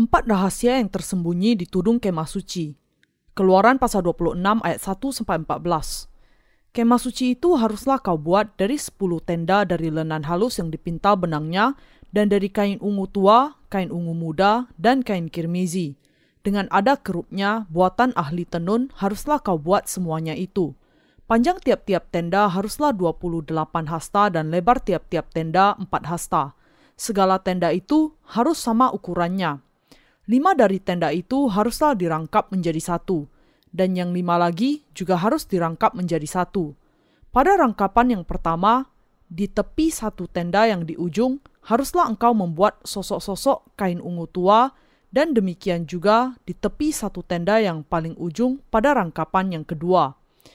4 rahasia yang tersembunyi di tudung kemah suci. Keluaran pasal 26 ayat 1-14. Kemah suci itu haruslah kau buat dari 10 tenda dari lenan halus yang dipintal benangnya dan dari kain ungu tua, kain ungu muda, dan kain kirmizi. Dengan ada kerupnya, buatan ahli tenun haruslah kau buat semuanya itu. Panjang tiap-tiap tenda haruslah 28 hasta dan lebar tiap-tiap tenda 4 hasta. Segala tenda itu harus sama ukurannya. 5 dari tenda itu haruslah dirangkap menjadi 1, dan yang 5 lagi juga harus dirangkap menjadi 1. Pada rangkapan yang pertama, di tepi 1 tenda yang di ujung, haruslah engkau membuat sosok-sosok kain ungu tua, dan demikian juga di tepi 1 tenda yang paling ujung pada rangkapan yang kedua.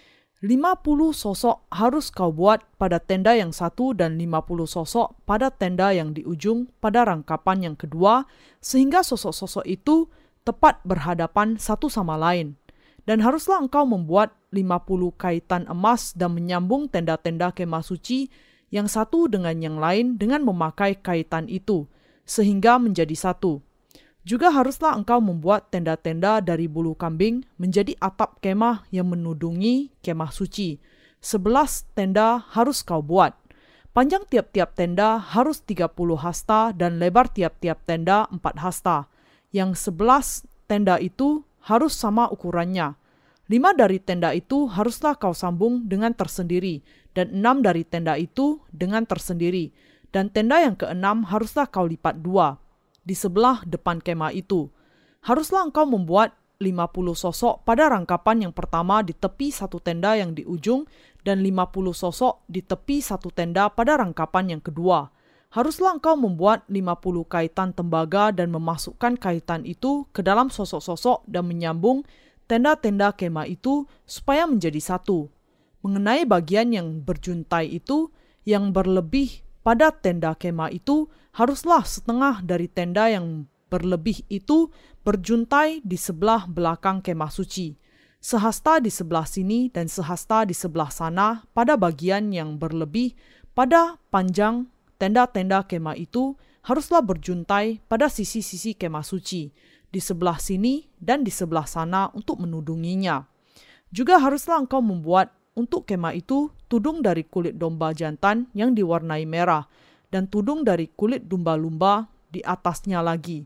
50 sosok harus kau buat pada tenda yang 1 dan 50 sosok pada tenda yang di ujung pada rangkapan yang kedua, sehingga sosok-sosok itu tepat berhadapan satu sama lain. Dan haruslah engkau membuat 50 kaitan emas dan menyambung tenda-tenda kemah suci yang satu dengan yang lain dengan memakai kaitan itu, sehingga menjadi satu. Juga haruslah engkau membuat tenda-tenda dari bulu kambing menjadi atap kemah yang menudungi kemah suci. 11 tenda harus kau buat. Panjang tiap-tiap tenda harus 30 hasta dan lebar tiap-tiap tenda 4 hasta. Yang 11 tenda itu harus sama ukurannya. 5 dari tenda itu haruslah kau sambung dengan tersendiri, dan 6 dari tenda itu dengan tersendiri. Dan tenda yang ke-6 haruslah kau lipat 2. Di sebelah depan kemah itu. Haruslah engkau membuat 50 sosok pada rangkapan yang pertama di tepi 1 tenda yang di ujung dan 50 sosok di tepi 1 tenda pada rangkapan yang kedua. Haruslah engkau membuat 50 kaitan tembaga dan memasukkan kaitan itu ke dalam sosok-sosok dan menyambung tenda-tenda kemah itu supaya menjadi satu. Mengenai bagian yang berjuntai itu, yang berlebih pada tenda kemah itu, haruslah setengah dari tenda yang berlebih itu berjuntai di sebelah belakang kemah suci. Sehasta di sebelah sini dan sehasta di sebelah sana pada bagian yang berlebih pada panjang tenda-tenda kemah itu haruslah berjuntai pada sisi-sisi kemah suci, di sebelah sini dan di sebelah sana untuk menudunginya. Juga haruslah engkau membuat untuk kemah itu tudung dari kulit domba jantan yang diwarnai merah, dan tudung dari kulit lumba-lumba di atasnya lagi.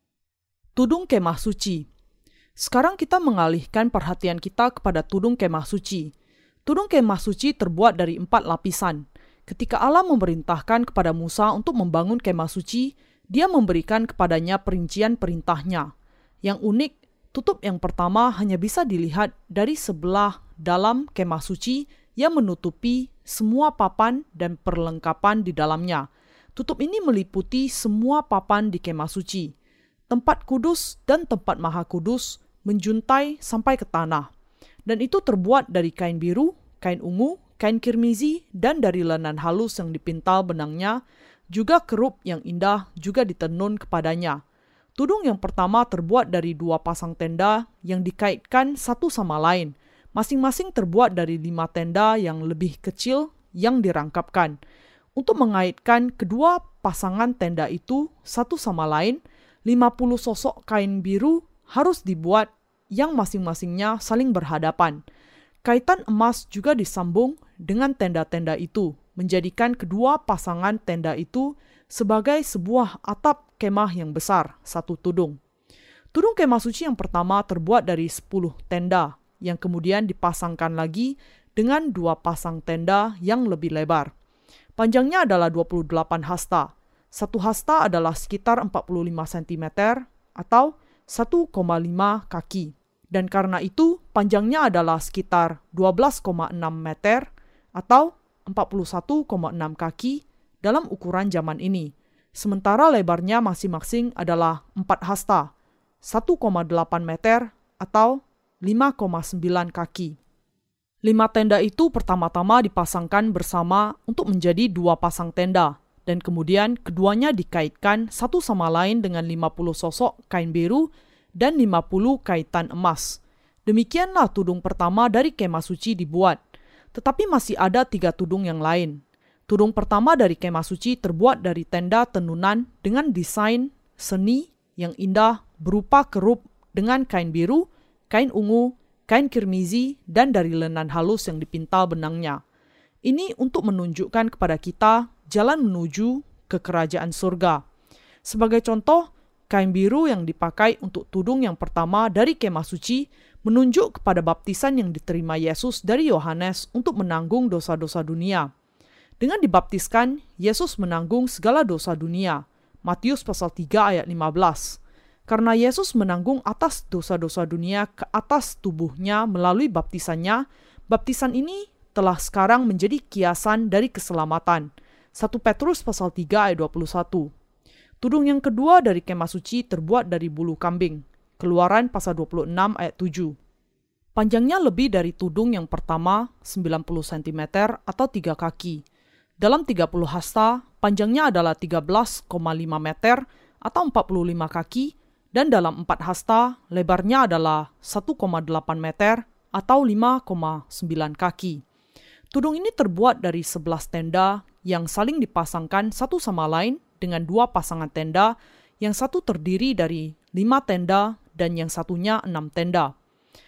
Tudung kemah suci. Sekarang kita mengalihkan perhatian kita kepada tudung kemah suci. Tudung kemah suci terbuat dari 4 lapisan. Ketika Allah memerintahkan kepada Musa untuk membangun kemah suci, dia memberikan kepadanya perincian perintahnya. Yang unik, tutup yang pertama hanya bisa dilihat dari sebelah dalam kemah suci yang menutupi semua papan dan perlengkapan di dalamnya. Tutup ini meliputi semua papan di kemah suci. Tempat kudus dan tempat maha kudus menjuntai sampai ke tanah. Dan itu terbuat dari kain biru, kain ungu, kain kirmizi, dan dari lenan halus yang dipintal benangnya, juga kerup yang indah juga ditenun kepadanya. Tudung yang pertama terbuat dari 2 pasang tenda yang dikaitkan satu sama lain. Masing-masing terbuat dari 5 tenda yang lebih kecil yang dirangkapkan. Untuk mengaitkan kedua pasangan tenda itu satu sama lain, 50 sosok kain biru harus dibuat yang masing-masingnya saling berhadapan. Kaitan emas juga disambung dengan tenda-tenda itu, menjadikan kedua pasangan tenda itu sebagai sebuah atap kemah yang besar, satu tudung. Tudung kemah suci yang pertama terbuat dari 10 tenda, yang kemudian dipasangkan lagi dengan 2 pasang tenda yang lebih lebar. Panjangnya adalah 28 hasta. 1 hasta adalah sekitar 45 cm atau 1,5 kaki. Dan karena itu panjangnya adalah sekitar 12,6 meter atau 41,6 kaki dalam ukuran zaman ini. Sementara lebarnya masing-masing adalah 4 hasta, 1,8 meter atau 5,9 kaki. 5 tenda itu pertama-tama dipasangkan bersama untuk menjadi 2 pasang tenda, dan kemudian keduanya dikaitkan satu sama lain dengan 50 sosok kain biru dan 50 kaitan emas. Demikianlah tudung pertama dari kemah suci dibuat, tetapi masih ada 3 tudung yang lain. Tudung pertama dari kemah suci terbuat dari tenda tenunan dengan desain seni yang indah berupa kerup dengan kain biru, kain ungu, kain kirmizi, dan dari lenan halus yang dipintal benangnya. Ini untuk menunjukkan kepada kita jalan menuju ke kerajaan surga. Sebagai contoh, kain biru yang dipakai untuk tudung yang pertama dari kemah suci menunjuk kepada baptisan yang diterima Yesus dari Yohanes untuk menanggung dosa-dosa dunia. Dengan dibaptiskan, Yesus menanggung segala dosa dunia. Matius pasal 3 ayat 15. Karena Yesus menanggung atas dosa-dosa dunia ke atas tubuhnya melalui baptisannya, baptisan ini telah sekarang menjadi kiasan dari keselamatan. 1 Petrus pasal 3 ayat 21. Tudung yang kedua dari kemah suci terbuat dari bulu kambing. Keluaran pasal 26 ayat 7. Panjangnya lebih dari tudung yang pertama 90 cm atau 3 kaki. Dalam 30 hasta, panjangnya adalah 13,5 meter atau 45 kaki, dan dalam 4 hasta, lebarnya adalah 1,8 meter atau 5,9 kaki. Tudung ini terbuat dari 11 tenda yang saling dipasangkan satu sama lain dengan 2 pasangan tenda, yang satu terdiri dari 5 tenda dan yang satunya 6 tenda.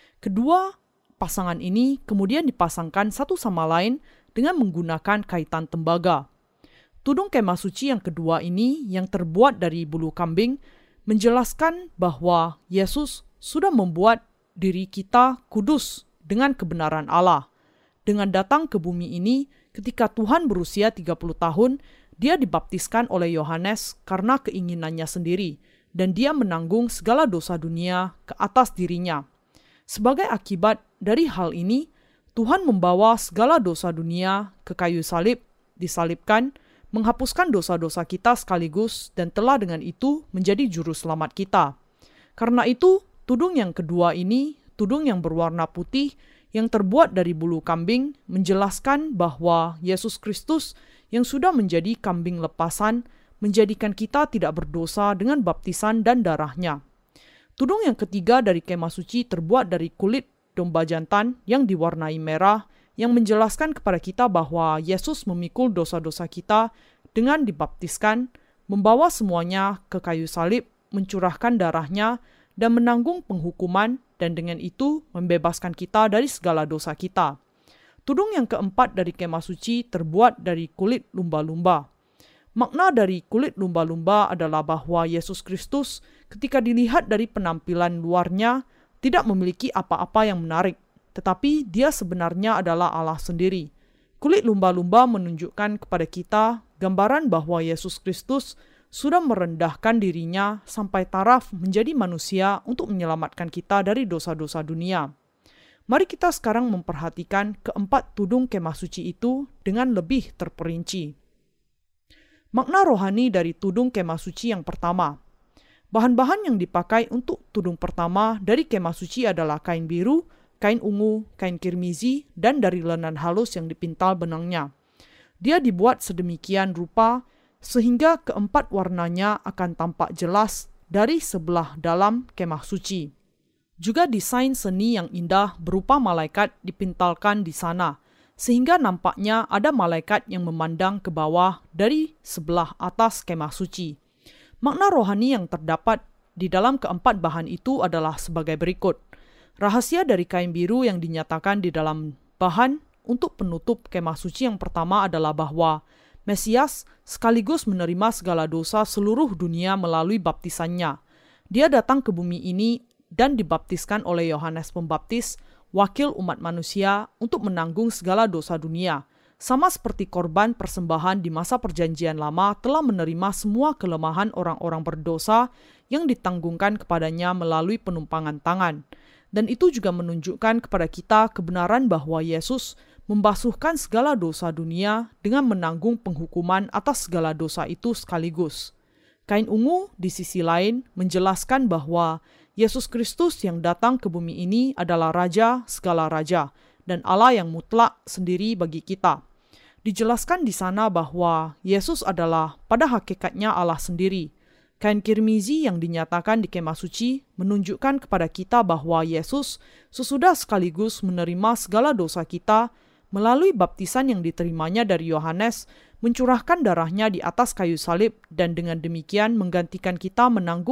Kedua pasangan ini kemudian dipasangkan satu sama lain dengan menggunakan kaitan tembaga. Tudung kemah suci yang kedua ini yang terbuat dari bulu kambing menjelaskan bahwa Yesus sudah membuat diri kita kudus dengan kebenaran Allah. Dengan datang ke bumi ini, ketika Tuhan berusia 30 tahun, dia dibaptiskan oleh Yohanes karena keinginannya sendiri, dan dia menanggung segala dosa dunia ke atas dirinya. Sebagai akibat dari hal ini, Tuhan membawa segala dosa dunia ke kayu salib, disalibkan, menghapuskan dosa-dosa kita sekaligus, dan telah dengan itu menjadi juru selamat kita. Karena itu, tudung yang kedua ini, tudung yang berwarna putih, yang terbuat dari bulu kambing, menjelaskan bahwa Yesus Kristus yang sudah menjadi kambing lepasan, menjadikan kita tidak berdosa dengan baptisan dan darahnya. Tudung yang ketiga dari kemah suci terbuat dari kulit domba jantan yang diwarnai merah, yang menjelaskan kepada kita bahwa Yesus memikul dosa-dosa kita dengan dibaptiskan, membawa semuanya ke kayu salib, mencurahkan darahnya, dan menanggung penghukuman, dan dengan itu membebaskan kita dari segala dosa kita. Tudung yang keempat dari kemah suci terbuat dari kulit lumba-lumba. Makna dari kulit lumba-lumba adalah bahwa Yesus Kristus ketika dilihat dari penampilan luarnya tidak memiliki apa-apa yang menarik, tetapi dia sebenarnya adalah Allah sendiri. Kulit lumba-lumba menunjukkan kepada kita gambaran bahwa Yesus Kristus sudah merendahkan dirinya sampai taraf menjadi manusia untuk menyelamatkan kita dari dosa-dosa dunia. Mari kita sekarang memperhatikan keempat tudung kemah suci itu dengan lebih terperinci. Makna rohani dari tudung kemah suci yang pertama. Bahan-bahan yang dipakai untuk tudung pertama dari kemah suci adalah kain biru, kain ungu, kain kirmizi, dan dari lenan halus yang dipintal benangnya. Dia dibuat sedemikian rupa sehingga keempat warnanya akan tampak jelas dari sebelah dalam kemah suci. Juga desain seni yang indah berupa malaikat dipintalkan di sana, sehingga nampaknya ada malaikat yang memandang ke bawah dari sebelah atas kemah suci. Makna rohani yang terdapat di dalam keempat bahan itu adalah sebagai berikut. Rahasia dari kain biru yang dinyatakan di dalam bahan untuk penutup kemah suci yang pertama adalah bahwa Mesias sekaligus menerima segala dosa seluruh dunia melalui baptisannya. Dia datang ke bumi ini dan dibaptiskan oleh Yohanes Pembaptis, wakil umat manusia, untuk menanggung segala dosa dunia. Sama seperti korban persembahan di masa perjanjian lama telah menerima semua kelemahan orang-orang berdosa yang ditanggungkan kepadanya melalui penumpangan tangan. Dan itu juga menunjukkan kepada kita kebenaran bahwa Yesus membasuhkan segala dosa dunia dengan menanggung penghukuman atas segala dosa itu sekaligus. Kain ungu di sisi lain menjelaskan bahwa Yesus Kristus yang datang ke bumi ini adalah Raja segala raja dan Allah yang mutlak sendiri bagi kita. Dijelaskan di sana bahwa Yesus adalah pada hakikatnya Allah sendiri. Kain kirmizi yang dinyatakan di kemah suci menunjukkan kepada kita bahwa Yesus sesudah sekaligus menerima segala dosa kita melalui baptisan yang diterimanya dari Yohanes, mencurahkan darahnya di atas kayu salib dan dengan demikian menggantikan kita menanggung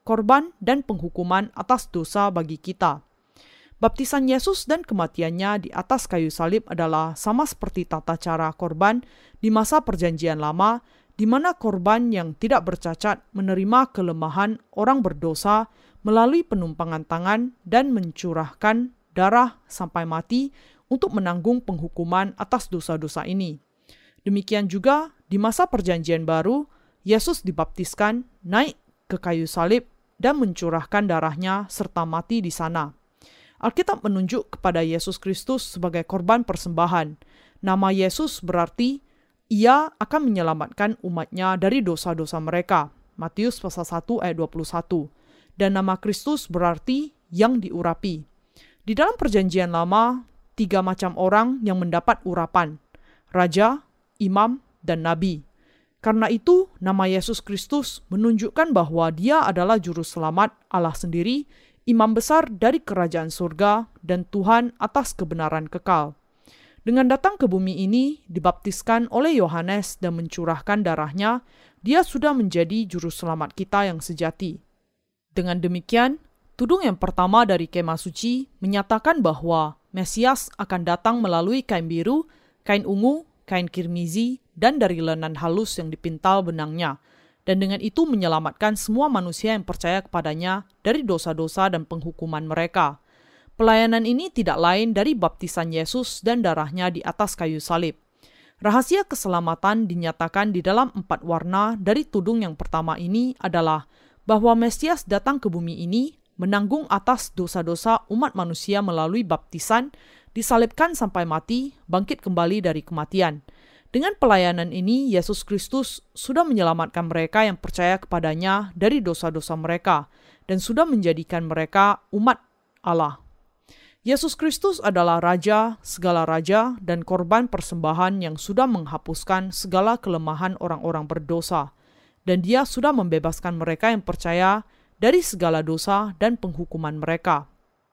korban dan penghukuman atas dosa bagi kita. Baptisan Yesus dan kematiannya di atas kayu salib adalah sama seperti tata cara korban di masa Perjanjian Lama, di mana korban yang tidak bercacat menerima kelemahan orang berdosa melalui penumpangan tangan dan mencurahkan darah sampai mati untuk menanggung penghukuman atas dosa-dosa ini. Demikian juga di masa Perjanjian Baru, Yesus dibaptiskan, naik ke kayu salib, dan mencurahkan darahnya serta mati di sana. Alkitab menunjuk kepada Yesus Kristus sebagai korban persembahan. Nama Yesus berarti Ia akan menyelamatkan umatnya dari dosa-dosa mereka. Matius pasal 1 ayat 21. Dan nama Kristus berarti yang diurapi. Di dalam Perjanjian Lama, 3 macam orang yang mendapat urapan: raja, imam, dan nabi. Karena itu, nama Yesus Kristus menunjukkan bahwa Dia adalah juru selamat Allah sendiri, imam besar dari kerajaan surga, dan Tuhan atas kebenaran kekal. Dengan datang ke bumi ini, dibaptiskan oleh Yohanes dan mencurahkan darahnya, Dia sudah menjadi juru selamat kita yang sejati. Dengan demikian, tudung yang pertama dari kemah suci menyatakan bahwa Mesias akan datang melalui kain biru, kain ungu, kain kirmizi, dan dari lenan halus yang dipintal benangnya, dan dengan itu menyelamatkan semua manusia yang percaya kepadanya dari dosa-dosa dan penghukuman mereka. Pelayanan ini tidak lain dari baptisan Yesus dan darahnya di atas kayu salib. Rahasia keselamatan dinyatakan di dalam 4 warna dari tudung yang pertama ini adalah bahwa Mesias datang ke bumi ini, menanggung atas dosa-dosa umat manusia melalui baptisan, disalibkan sampai mati, bangkit kembali dari kematian. Dengan pelayanan ini, Yesus Kristus sudah menyelamatkan mereka yang percaya kepadanya dari dosa-dosa mereka, dan sudah menjadikan mereka umat Allah. Yesus Kristus adalah Raja, segala raja, dan korban persembahan yang sudah menghapuskan segala kelemahan orang-orang berdosa, dan Dia sudah membebaskan mereka yang percaya dari segala dosa dan penghukuman mereka.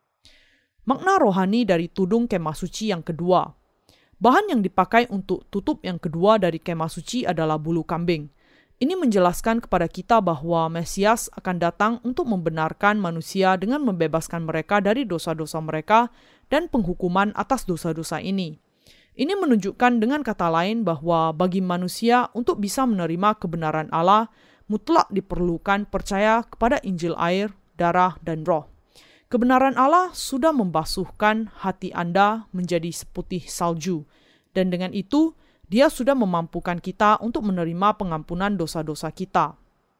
Makna rohani dari tudung kemah suci yang kedua. Bahan yang dipakai untuk tutup yang kedua dari kemah suci adalah bulu kambing. Ini menjelaskan kepada kita bahwa Mesias akan datang untuk membenarkan manusia dengan membebaskan mereka dari dosa-dosa mereka dan penghukuman atas dosa-dosa ini. Ini menunjukkan dengan kata lain bahwa bagi manusia untuk bisa menerima kebenaran Allah, mutlak diperlukan percaya kepada Injil air, darah, dan roh. Kebenaran Allah sudah membasuhkan hati Anda menjadi seputih salju, dan dengan itu Dia sudah memampukan kita untuk menerima pengampunan dosa-dosa kita.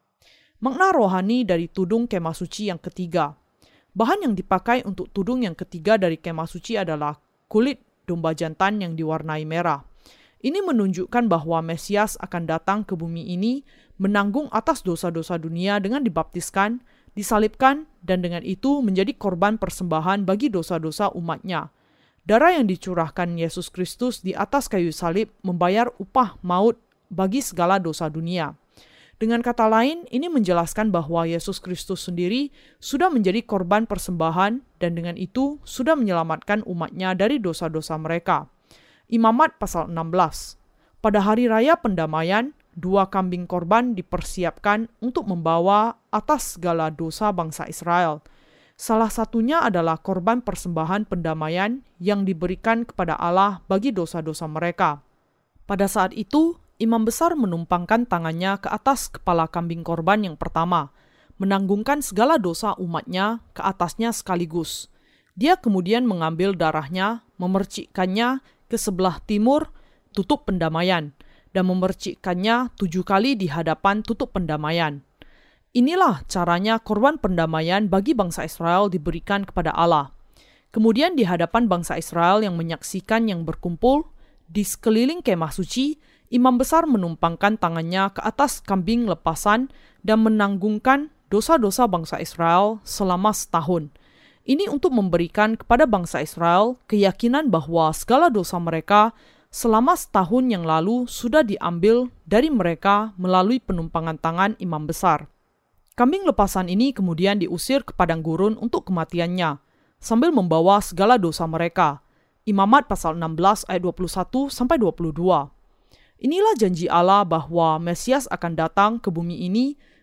Makna rohani dari tudung kemah suci yang ketiga. Bahan yang dipakai untuk tudung yang ketiga dari kemah suci adalah kulit domba jantan yang diwarnai merah. Ini menunjukkan bahwa Mesias akan datang ke bumi ini menanggung atas dosa-dosa dunia dengan dibaptiskan, disalibkan, dan dengan itu menjadi korban persembahan bagi dosa-dosa umatnya. Darah yang dicurahkan Yesus Kristus di atas kayu salib membayar upah maut bagi segala dosa dunia. Dengan kata lain, ini menjelaskan bahwa Yesus Kristus sendiri sudah menjadi korban persembahan dan dengan itu sudah menyelamatkan umatnya dari dosa-dosa mereka. Imamat pasal 16. Pada hari raya pendamaian, 2 kambing korban dipersiapkan untuk membawa atas segala dosa bangsa Israel. Salah satunya adalah korban persembahan pendamaian yang diberikan kepada Allah bagi dosa-dosa mereka. Pada saat itu, imam besar menumpangkan tangannya ke atas kepala kambing korban yang pertama, menanggungkan segala dosa umatnya ke atasnya sekaligus. Dia kemudian mengambil darahnya, memercikkannya ke sebelah timur tutup pendamaian, dan memercikkannya 7 kali di hadapan tutup pendamaian. Inilah caranya korban pendamaian bagi bangsa Israel diberikan kepada Allah. Kemudian di hadapan bangsa Israel yang menyaksikan yang berkumpul, di sekeliling kemah suci, imam besar menumpangkan tangannya ke atas kambing lepasan dan menanggungkan dosa-dosa bangsa Israel selama setahun. Ini untuk memberikan kepada bangsa Israel keyakinan bahwa segala dosa mereka selama setahun yang lalu sudah diambil dari mereka melalui penumpangan tangan imam besar. Kambing lepasan ini kemudian diusir ke padang gurun untuk kematiannya, sambil membawa segala dosa mereka. Imamat pasal 16 ayat 21-22. Inilah janji Allah bahwa Mesias akan datang ke bumi ini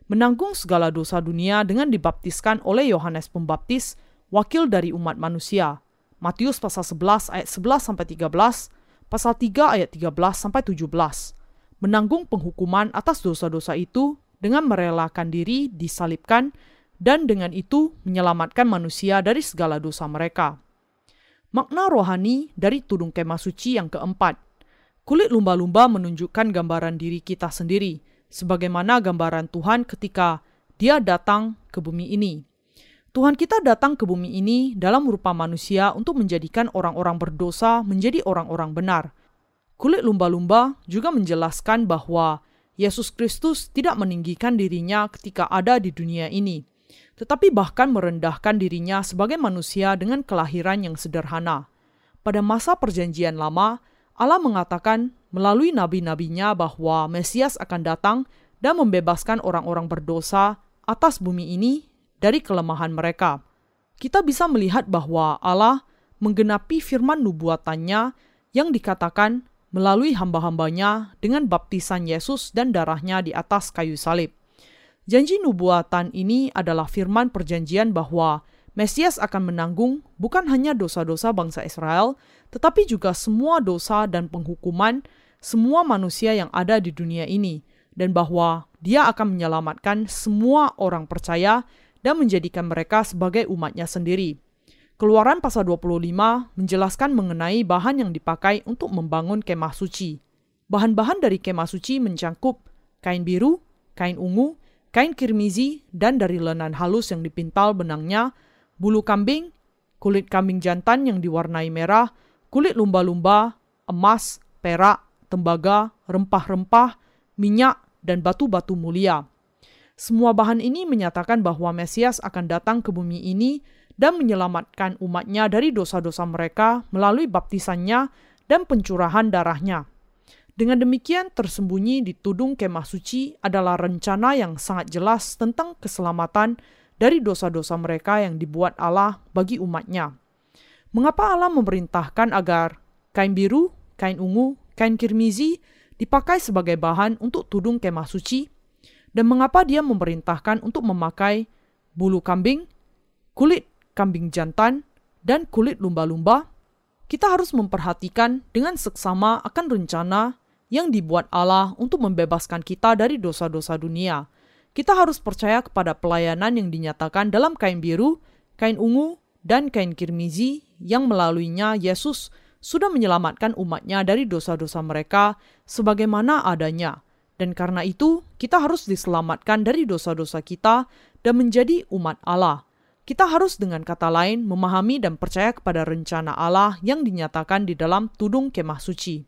menanggung segala dosa dunia dengan dibaptiskan oleh Yohanes Pembaptis, wakil dari umat manusia. Matius pasal 11 ayat 11 sampai 13, pasal 3 ayat 13 sampai 17. Menanggung penghukuman atas dosa-dosa itu dengan merelakan diri disalibkan dan dengan itu menyelamatkan manusia dari segala dosa mereka. Makna rohani dari tudung kemah suci yang keempat. Kulit lumba-lumba menunjukkan gambaran diri kita sendiri, sebagaimana gambaran Tuhan ketika Dia datang ke bumi ini. Tuhan kita datang ke bumi ini dalam rupa manusia untuk menjadikan orang-orang berdosa menjadi orang-orang benar. Kulit lumba-lumba juga menjelaskan bahwa Yesus Kristus tidak meninggikan dirinya ketika ada di dunia ini, tetapi bahkan merendahkan dirinya sebagai manusia dengan kelahiran yang sederhana. Pada masa Perjanjian Lama, Allah mengatakan melalui nabi-nabinya bahwa Mesias akan datang dan membebaskan orang-orang berdosa atas bumi ini dari kelemahan mereka. Kita bisa melihat bahwa Allah menggenapi firman nubuatannya yang dikatakan melalui hamba-hambanya dengan baptisan Yesus dan darahnya di atas kayu salib. Janji nubuatan ini adalah firman perjanjian bahwa Mesias akan menanggung bukan hanya dosa-dosa bangsa Israel, tetapi juga semua dosa dan penghukuman semua manusia yang ada di dunia ini, dan bahwa Dia akan menyelamatkan semua orang percaya dan menjadikan mereka sebagai umatnya sendiri. Keluaran pasal 25 menjelaskan mengenai bahan yang dipakai untuk membangun kemah suci. Bahan-bahan dari kemah suci mencangkup kain biru, kain ungu, kain kirmizi, dan dari lenan halus yang dipintal benangnya, bulu kambing, kulit kambing jantan yang diwarnai merah, kulit lumba-lumba, emas, perak, tembaga, rempah-rempah, minyak, dan batu-batu mulia. Semua bahan ini menyatakan bahwa Mesias akan datang ke bumi ini dan menyelamatkan umatnya dari dosa-dosa mereka melalui baptisannya dan pencurahan darahnya. Dengan demikian, tersembunyi di tudung kemah suci adalah rencana yang sangat jelas tentang keselamatan dari dosa-dosa mereka yang dibuat Allah bagi umatnya. Mengapa Allah memerintahkan agar kain biru, kain ungu, kain kirmizi dipakai sebagai bahan untuk tudung kemah suci? Dan mengapa Dia memerintahkan untuk memakai bulu kambing, kulit kambing jantan, dan kulit lumba-lumba? Kita harus memperhatikan dengan seksama akan rencana yang dibuat Allah untuk membebaskan kita dari dosa-dosa dunia. Kita harus percaya kepada pelayanan yang dinyatakan dalam kain biru, kain ungu, dan kain kirmizi yang melaluinya Yesus sudah menyelamatkan umatnya dari dosa-dosa mereka sebagaimana adanya. Dan karena itu, kita harus diselamatkan dari dosa-dosa kita dan menjadi umat Allah. Kita harus dengan kata lain memahami dan percaya kepada rencana Allah yang dinyatakan di dalam tudung kemah suci.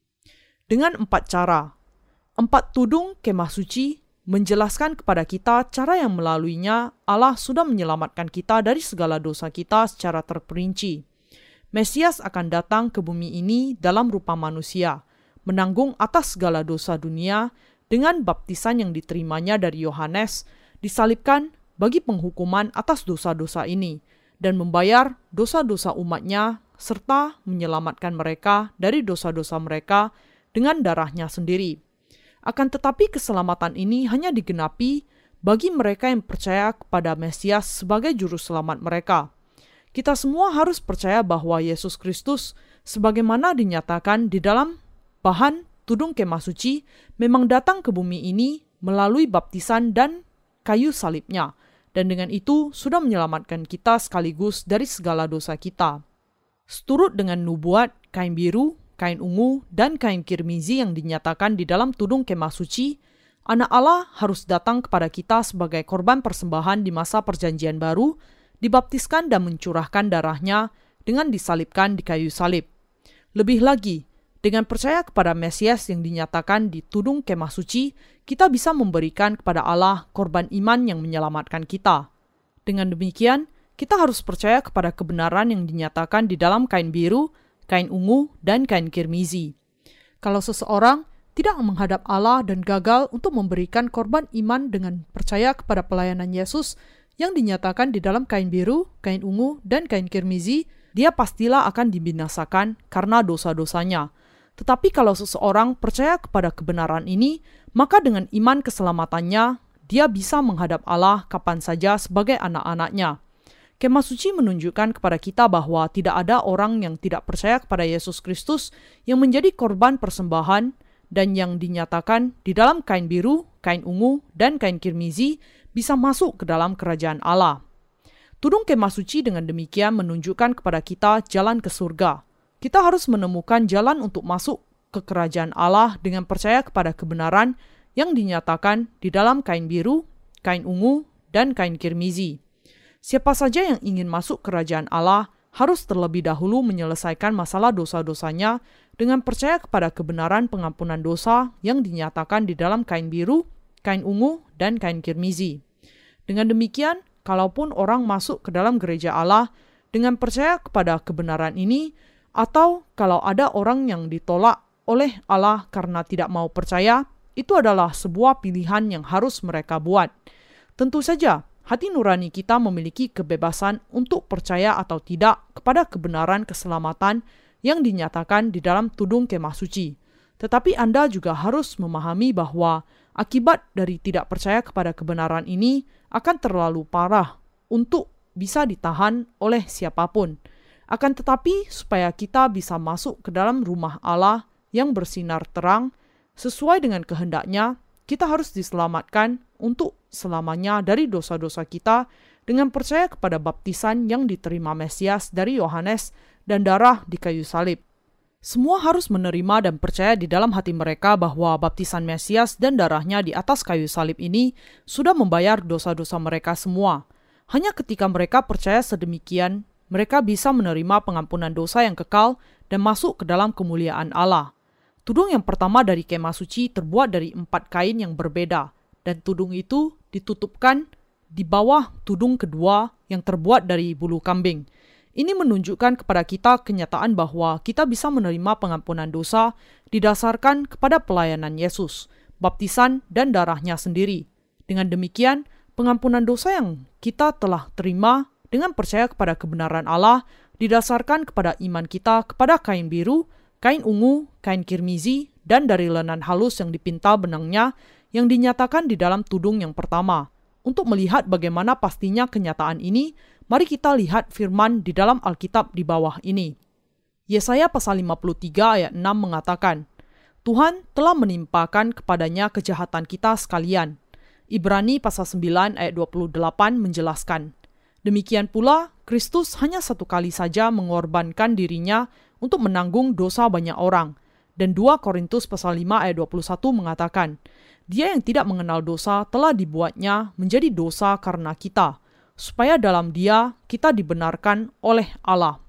Dengan 4 cara. 4 tudung kemah suci menjelaskan kepada kita cara yang melaluinya Allah sudah menyelamatkan kita dari segala dosa kita secara terperinci. Mesias akan datang ke bumi ini dalam rupa manusia, menanggung atas segala dosa dunia dengan baptisan yang diterimanya dari Yohanes, disalibkan bagi penghukuman atas dosa-dosa ini, dan membayar dosa-dosa umatnya, serta menyelamatkan mereka dari dosa-dosa mereka dengan darahnya sendiri. Akan tetapi keselamatan ini hanya digenapi bagi mereka yang percaya kepada Mesias sebagai juru selamat mereka. Kita semua harus percaya bahwa Yesus Kristus, sebagaimana dinyatakan di dalam bahan tudung kemah suci, memang datang ke bumi ini melalui baptisan dan kayu salibnya, dan dengan itu sudah menyelamatkan kita sekaligus dari segala dosa kita. Seturut dengan nubuat kain biru, kain ungu, dan kain kirmizi yang dinyatakan di dalam tudung kemah suci, Anak Allah harus datang kepada kita sebagai korban persembahan di masa Perjanjian Baru, dibaptiskan dan mencurahkan darahnya dengan disalibkan di kayu salib. Lebih lagi, dengan percaya kepada Mesias yang dinyatakan di tudung kemah suci, kita bisa memberikan kepada Allah korban iman yang menyelamatkan kita. Dengan demikian, kita harus percaya kepada kebenaran yang dinyatakan di dalam kain biru, kain ungu, dan kain kirmizi. Kalau seseorang tidak menghadap Allah dan gagal untuk memberikan korban iman dengan percaya kepada pelayanan Yesus yang dinyatakan di dalam kain biru, kain ungu, dan kain kirmizi, dia pastilah akan dibinasakan karena dosa-dosanya. Tetapi kalau seseorang percaya kepada kebenaran ini, maka dengan iman keselamatannya dia bisa menghadap Allah kapan saja sebagai anak-anaknya. Kemah suci menunjukkan kepada kita bahwa tidak ada orang yang tidak percaya kepada Yesus Kristus yang menjadi korban persembahan dan yang dinyatakan di dalam kain biru, kain ungu, dan kain kirmizi bisa masuk ke dalam kerajaan Allah. Tudung kemah suci dengan demikian menunjukkan kepada kita jalan ke surga. Kita harus menemukan jalan untuk masuk ke kerajaan Allah dengan percaya kepada kebenaran yang dinyatakan di dalam kain biru, kain ungu, dan kain kirmizi. Siapa saja yang ingin masuk kerajaan Allah harus terlebih dahulu menyelesaikan masalah dosa-dosanya dengan percaya kepada kebenaran pengampunan dosa yang dinyatakan di dalam kain biru, kain ungu, dan kain kirmizi. Dengan demikian, kalaupun orang masuk ke dalam gereja Allah dengan percaya kepada kebenaran ini, atau kalau ada orang yang ditolak oleh Allah karena tidak mau percaya, itu adalah sebuah pilihan yang harus mereka buat. Tentu saja, hati nurani kita memiliki kebebasan untuk percaya atau tidak kepada kebenaran keselamatan yang dinyatakan di dalam tudung kemah suci. Tetapi Anda juga harus memahami bahwa akibat dari tidak percaya kepada kebenaran ini akan terlalu parah untuk bisa ditahan oleh siapapun. Akan tetapi, supaya kita bisa masuk ke dalam rumah Allah yang bersinar terang, sesuai dengan kehendaknya, kita harus diselamatkan untuk selamanya dari dosa-dosa kita dengan percaya kepada baptisan yang diterima Mesias dari Yohanes dan darah di kayu salib. Semua harus menerima dan percaya di dalam hati mereka bahwa baptisan Mesias dan darahnya di atas kayu salib ini sudah membayar dosa-dosa mereka semua. Hanya ketika mereka percaya sedemikian, mereka bisa menerima pengampunan dosa yang kekal dan masuk ke dalam kemuliaan Allah. Tudung yang pertama dari kemah suci terbuat dari 4 kain yang berbeda, dan tudung itu ditutupkan di bawah tudung kedua yang terbuat dari bulu kambing. Ini menunjukkan kepada kita kenyataan bahwa kita bisa menerima pengampunan dosa didasarkan kepada pelayanan Yesus, baptisan dan darahnya sendiri. Dengan demikian, pengampunan dosa yang kita telah terima dengan percaya kepada kebenaran Allah didasarkan kepada iman kita kepada kain biru, kain ungu, kain kirmizi, dan dari lenan halus yang dipintal benangnya yang dinyatakan di dalam tudung yang pertama. Untuk melihat bagaimana pastinya kenyataan ini, mari kita lihat firman di dalam Alkitab di bawah ini. Yesaya pasal 53 ayat 6 mengatakan, Tuhan telah menimpakan kepadanya kejahatan kita sekalian. Ibrani pasal 9 ayat 28 menjelaskan, demikian pula Kristus hanya satu kali saja mengorbankan dirinya untuk menanggung dosa banyak orang. Dan 2 Korintus pasal 5 ayat 21 mengatakan, Dia yang tidak mengenal dosa telah dibuatnya menjadi dosa karena kita, supaya dalam Dia kita dibenarkan oleh Allah.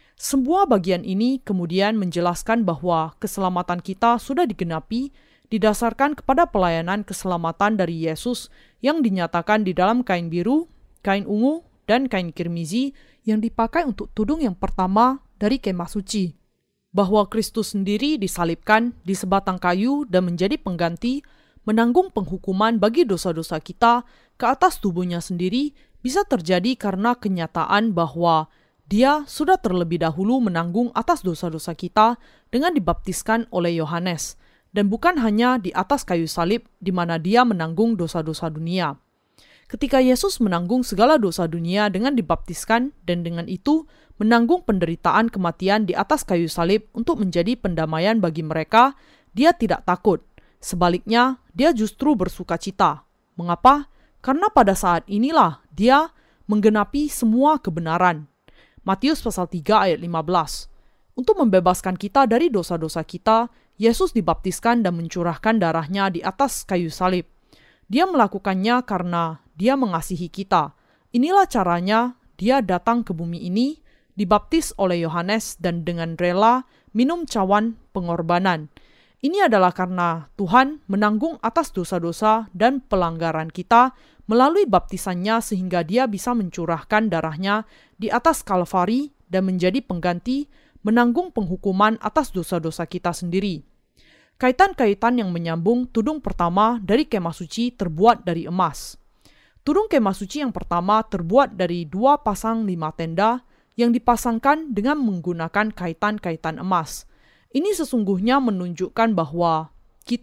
Semua bagian ini kemudian menjelaskan bahwa keselamatan kita sudah digenapi didasarkan kepada pelayanan keselamatan dari Yesus yang dinyatakan di dalam kain biru, kain ungu, dan kain kirmizi yang dipakai untuk tudung yang pertama dari kemah suci. Bahwa Kristus sendiri disalibkan di sebatang kayu dan menjadi pengganti, menanggung penghukuman bagi dosa-dosa kita ke atas tubuhnya sendiri bisa terjadi karena kenyataan bahwa Dia sudah terlebih dahulu menanggung atas dosa-dosa kita dengan dibaptiskan oleh Yohanes, dan bukan hanya di atas kayu salib di mana Dia menanggung dosa-dosa dunia. Ketika Yesus menanggung segala dosa dunia dengan dibaptiskan dan dengan itu menanggung penderitaan kematian di atas kayu salib untuk menjadi pendamaian bagi mereka, Dia tidak takut. Sebaliknya, Dia justru bersukacita. Mengapa? Karena pada saat inilah Dia menggenapi semua kebenaran. Matius pasal 3 ayat 15. Untuk membebaskan kita dari dosa-dosa kita, Yesus dibaptiskan dan mencurahkan darahnya di atas kayu salib. Dia melakukannya karena Dia mengasihi kita. Inilah caranya Dia datang ke bumi ini, dibaptis oleh Yohanes dan dengan rela minum cawan pengorbanan. Ini adalah karena Tuhan menanggung atas dosa-dosa dan pelanggaran kita melalui baptisannya sehingga Dia bisa mencurahkan darahnya di atas Kalvari dan menjadi pengganti menanggung penghukuman atas dosa-dosa kita sendiri. Kaitan-kaitan yang menyambung tudung pertama dari kemah suci terbuat dari emas. Tudung kemah suci yang pertama terbuat dari 2 pasang 5 tenda yang dipasangkan dengan menggunakan kaitan-kaitan emas. Ini sesungguhnya menunjukkan bahwa kita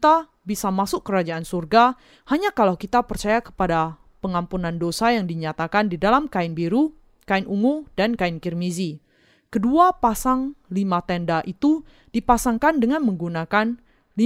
bisa masuk kerajaan surga hanya kalau kita percaya kepada pengampunan dosa yang dinyatakan di dalam kain biru, kain ungu, dan kain kirmizi. Kedua pasang 5 tenda itu dipasangkan dengan menggunakan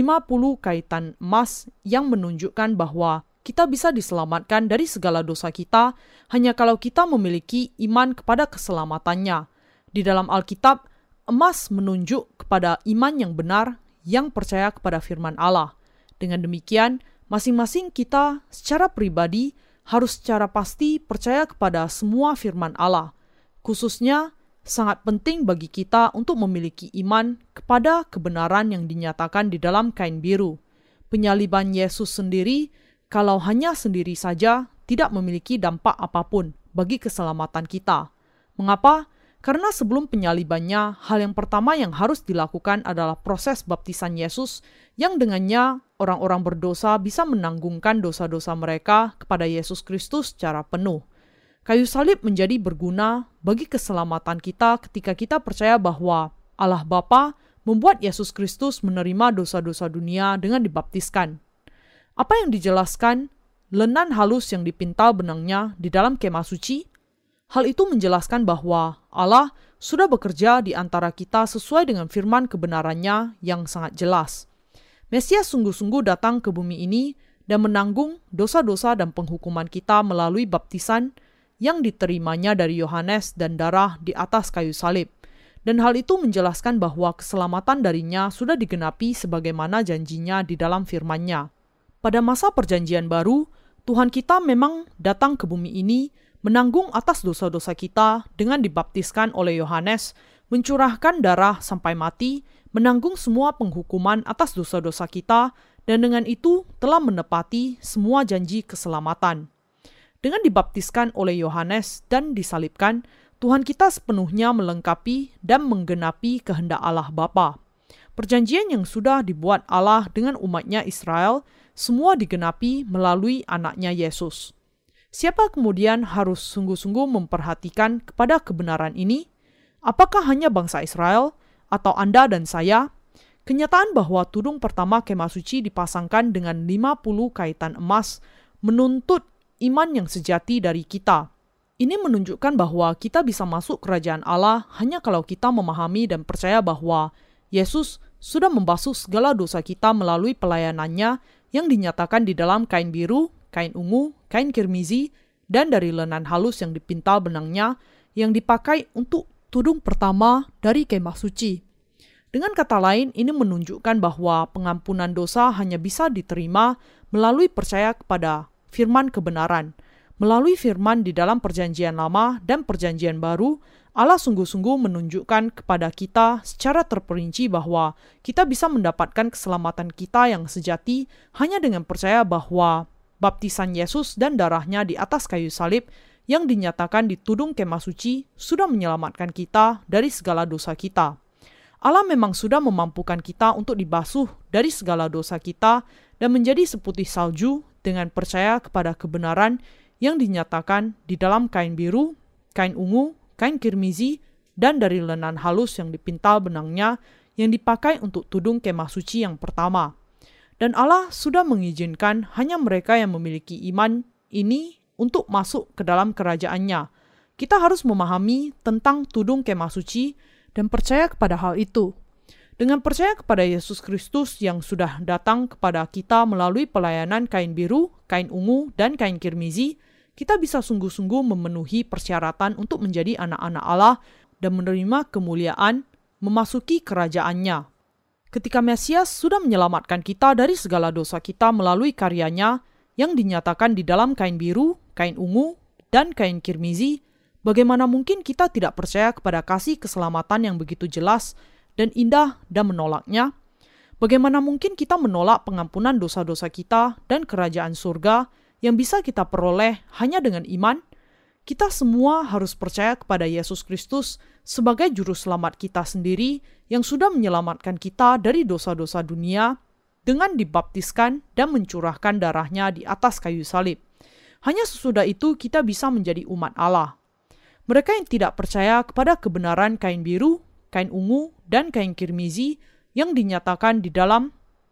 50 kaitan emas yang menunjukkan bahwa kita bisa diselamatkan dari segala dosa kita hanya kalau kita memiliki iman kepada keselamatannya. Di dalam Alkitab, emas menunjuk kepada iman yang benar yang percaya kepada firman Allah. Dengan demikian, masing-masing kita secara pribadi harus secara pasti percaya kepada semua firman Allah. Khususnya, sangat penting bagi kita untuk memiliki iman kepada kebenaran yang dinyatakan di dalam kain biru. Penyaliban Yesus sendiri, kalau hanya sendiri saja, tidak memiliki dampak apapun bagi keselamatan kita. Mengapa? Karena sebelum penyalibannya, hal yang pertama yang harus dilakukan adalah proses baptisan Yesus, yang dengannya orang-orang berdosa bisa menanggungkan dosa-dosa mereka kepada Yesus Kristus secara penuh. Kayu salib menjadi berguna bagi keselamatan kita ketika kita percaya bahwa Allah Bapa membuat Yesus Kristus menerima dosa-dosa dunia dengan dibaptiskan. Apa yang dijelaskan lenan halus yang dipintal benangnya di dalam kemah suci? Hal itu menjelaskan bahwa Allah sudah bekerja di antara kita sesuai dengan firman kebenarannya yang sangat jelas. Mesias sungguh-sungguh datang ke bumi ini dan menanggung dosa-dosa dan penghukuman kita melalui baptisan yang diterimanya dari Yohanes dan darah di atas kayu salib. Dan hal itu menjelaskan bahwa keselamatan darinya sudah digenapi sebagaimana janjinya di dalam firman-Nya. Pada masa perjanjian baru, Tuhan kita memang datang ke bumi ini menanggung atas dosa-dosa kita dengan dibaptiskan oleh Yohanes, mencurahkan darah sampai mati, menanggung semua penghukuman atas dosa-dosa kita, dan dengan itu telah menepati semua janji keselamatan. Dengan dibaptiskan oleh Yohanes dan disalibkan, Tuhan kita sepenuhnya melengkapi dan menggenapi kehendak Allah Bapa. Perjanjian yang sudah dibuat Allah dengan umatnya Israel, semua digenapi melalui anaknya Yesus. Siapa kemudian harus sungguh-sungguh memperhatikan kepada kebenaran ini? Apakah hanya bangsa Israel atau Anda dan saya? Kenyataan bahwa tudung pertama kemah suci dipasangkan dengan 50 kaitan emas menuntut iman yang sejati dari kita. Ini menunjukkan bahwa kita bisa masuk kerajaan Allah hanya kalau kita memahami dan percaya bahwa Yesus sudah membasuh segala dosa kita melalui pelayanannya yang dinyatakan di dalam kain biru, kain ungu, kain kirmizi, dan dari lenan halus yang dipintal benangnya yang dipakai untuk tudung pertama dari kemah suci. Dengan kata lain, ini menunjukkan bahwa pengampunan dosa hanya bisa diterima melalui percaya kepada firman kebenaran. Melalui firman di dalam perjanjian lama dan perjanjian baru, Allah sungguh-sungguh menunjukkan kepada kita secara terperinci bahwa kita bisa mendapatkan keselamatan kita yang sejati hanya dengan percaya bahwa baptisan Yesus dan darahnya di atas kayu salib yang dinyatakan di tudung kemah suci sudah menyelamatkan kita dari segala dosa kita. Allah memang sudah memampukan kita untuk dibasuh dari segala dosa kita dan menjadi seputih salju dengan percaya kepada kebenaran yang dinyatakan di dalam kain biru, kain ungu, kain kirmizi, dan dari lenan halus yang dipintal benangnya yang dipakai untuk tudung kemah suci yang pertama. Dan Allah sudah mengizinkan hanya mereka yang memiliki iman ini untuk masuk ke dalam kerajaannya. Kita harus memahami tentang tudung kemah suci dan percaya kepada hal itu. Dengan percaya kepada Yesus Kristus yang sudah datang kepada kita melalui pelayanan kain biru, kain ungu, dan kain kirmizi, kita bisa sungguh-sungguh memenuhi persyaratan untuk menjadi anak-anak Allah dan menerima kemuliaan memasuki kerajaannya. Ketika Mesias sudah menyelamatkan kita dari segala dosa kita melalui karyanya yang dinyatakan di dalam kain biru, kain ungu, dan kain kirmizi, bagaimana mungkin kita tidak percaya kepada kasih keselamatan yang begitu jelas dan indah dan menolaknya? Bagaimana mungkin kita menolak pengampunan dosa-dosa kita dan kerajaan surga yang bisa kita peroleh hanya dengan iman? Kita semua harus percaya kepada Yesus Kristus sebagai juru selamat kita sendiri yang sudah menyelamatkan kita dari dosa-dosa dunia dengan dibaptiskan dan mencurahkan darahnya di atas kayu salib. Hanya sesudah itu kita bisa menjadi umat Allah. Mereka yang tidak percaya kepada kebenaran kain biru, kain ungu, dan kain kirmizi yang dinyatakan di dalam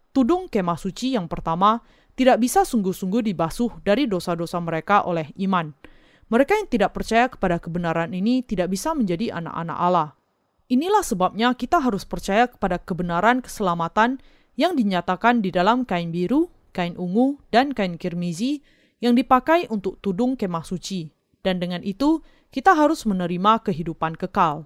tudung kemah suci yang pertama tidak bisa sungguh-sungguh dibasuh dari dosa-dosa mereka oleh iman. Mereka yang tidak percaya kepada kebenaran ini tidak bisa menjadi anak-anak Allah. Inilah sebabnya kita harus percaya kepada kebenaran keselamatan yang dinyatakan di dalam kain biru, kain ungu, dan kain kirmizi yang dipakai untuk tudung kemah suci. Dan dengan itu, kita harus menerima kehidupan kekal.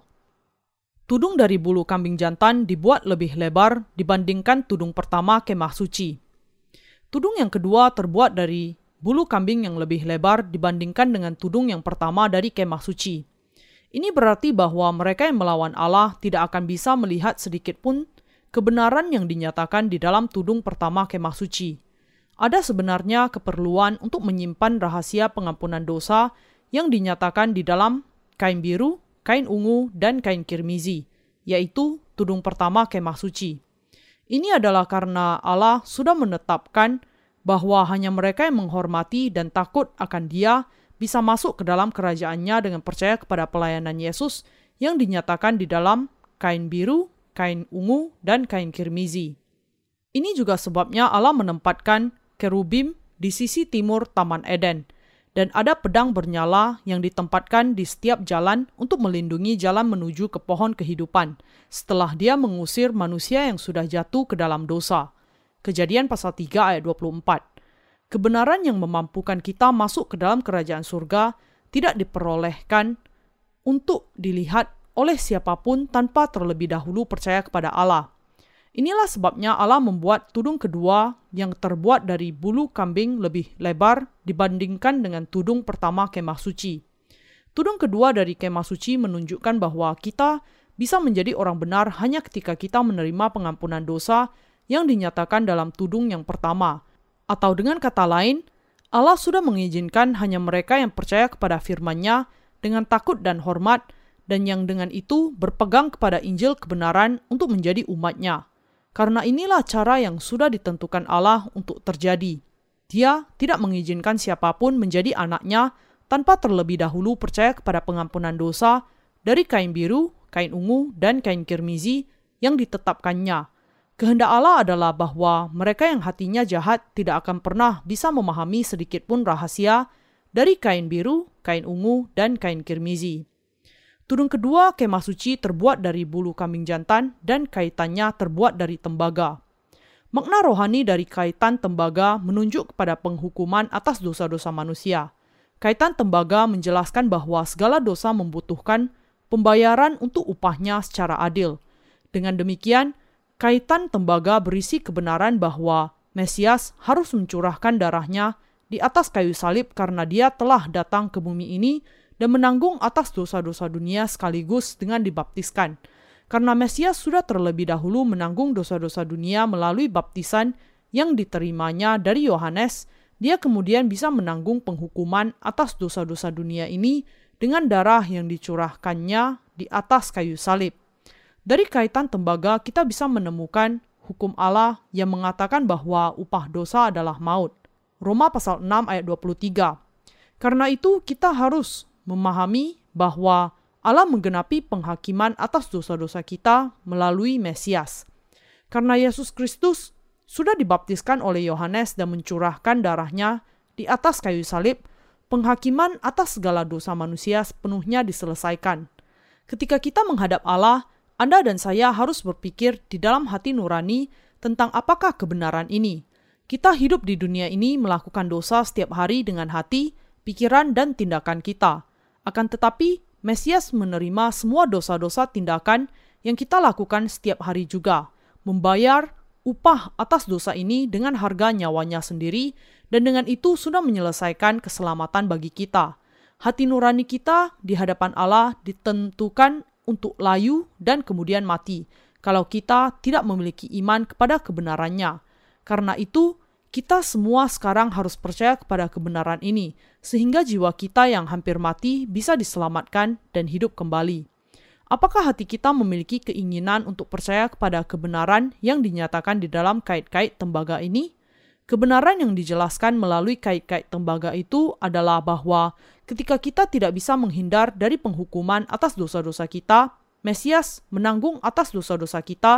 Tudung dari bulu kambing jantan dibuat lebih lebar dibandingkan tudung pertama kemah suci. Tudung yang kedua terbuat dari bulu kambing yang lebih lebar dibandingkan dengan tudung yang pertama dari kemah suci. Ini berarti bahwa mereka yang melawan Allah tidak akan bisa melihat sedikit pun kebenaran yang dinyatakan di dalam tudung pertama kemah suci. Ada sebenarnya keperluan untuk menyimpan rahasia pengampunan dosa yang dinyatakan di dalam kain biru, kain ungu, dan kain kirmizi, yaitu tudung pertama kemah suci. Ini adalah karena Allah sudah menetapkan bahwa hanya mereka yang menghormati dan takut akan Dia bisa masuk ke dalam kerajaannya dengan percaya kepada pelayanan Yesus yang dinyatakan di dalam kain biru, kain ungu, dan kain kirmizi. Ini juga sebabnya Allah menempatkan kerubim di sisi timur Taman Eden, dan ada pedang bernyala yang ditempatkan di setiap jalan untuk melindungi jalan menuju ke pohon kehidupan setelah Dia mengusir manusia yang sudah jatuh ke dalam dosa. Kejadian pasal 3 ayat 24. Kebenaran yang memampukan kita masuk ke dalam kerajaan surga tidak diperolehkan untuk dilihat oleh siapapun tanpa terlebih dahulu percaya kepada Allah. Inilah sebabnya Allah membuat tudung kedua yang terbuat dari bulu kambing lebih lebar dibandingkan dengan tudung pertama kemah suci. Tudung kedua dari kemah suci menunjukkan bahwa kita bisa menjadi orang benar hanya ketika kita menerima pengampunan dosa yang dinyatakan dalam tudung yang pertama. Atau dengan kata lain, Allah sudah mengizinkan hanya mereka yang percaya kepada firman-Nya dengan takut dan hormat dan yang dengan itu berpegang kepada Injil kebenaran untuk menjadi umat-Nya. Karena inilah cara yang sudah ditentukan Allah untuk terjadi. Dia tidak mengizinkan siapapun menjadi anak-Nya tanpa terlebih dahulu percaya kepada pengampunan dosa dari kain biru, kain ungu, dan kain kirmizi yang ditetapkannya. Kehendak Allah adalah bahwa mereka yang hatinya jahat tidak akan pernah bisa memahami sedikit pun rahasia dari kain biru, kain ungu, dan kain kirmizi. Tudung kedua kemah suci terbuat dari bulu kambing jantan dan kaitannya terbuat dari tembaga. Makna rohani dari kaitan tembaga menunjuk kepada penghukuman atas dosa-dosa manusia. Kaitan tembaga menjelaskan bahwa segala dosa membutuhkan pembayaran untuk upahnya secara adil. Dengan demikian, kaitan tembaga berisi kebenaran bahwa Mesias harus mencurahkan darahnya di atas kayu salib karena Dia telah datang ke bumi ini dan menanggung atas dosa-dosa dunia sekaligus dengan dibaptiskan. Karena Mesias sudah terlebih dahulu menanggung dosa-dosa dunia melalui baptisan yang diterimanya dari Yohanes, Dia kemudian bisa menanggung penghukuman atas dosa-dosa dunia ini dengan darah yang dicurahkannya di atas kayu salib. Dari kaitan tembaga kita bisa menemukan hukum Allah yang mengatakan bahwa upah dosa adalah maut. Roma pasal 6 ayat 23. Karena itu kita harus memahami bahwa Allah menggenapi penghakiman atas dosa-dosa kita melalui Mesias. Karena Yesus Kristus sudah dibaptiskan oleh Yohanes dan mencurahkan darahnya di atas kayu salib, penghakiman atas segala dosa manusia sepenuhnya diselesaikan. Ketika kita menghadap Allah, Anda dan saya harus berpikir di dalam hati nurani tentang apakah kebenaran ini. Kita hidup di dunia ini melakukan dosa setiap hari dengan hati, pikiran, dan tindakan kita. Akan tetapi, Mesias menerima semua dosa-dosa tindakan yang kita lakukan setiap hari juga, membayar upah atas dosa ini dengan harga nyawanya sendiri, dan dengan itu sudah menyelesaikan keselamatan bagi kita. Hati nurani kita di hadapan Allah ditentukan untuk layu dan kemudian mati, kalau kita tidak memiliki iman kepada kebenarannya. Karena itu, kita semua sekarang harus percaya kepada kebenaran ini, sehingga jiwa kita yang hampir mati bisa diselamatkan dan hidup kembali. Apakah hati kita memiliki keinginan untuk percaya kepada kebenaran yang dinyatakan di dalam kait-kait tembaga ini? Kebenaran yang dijelaskan melalui kait-kait tembaga itu adalah bahwa ketika kita tidak bisa menghindar dari penghukuman atas dosa-dosa kita, Mesias menanggung atas dosa-dosa kita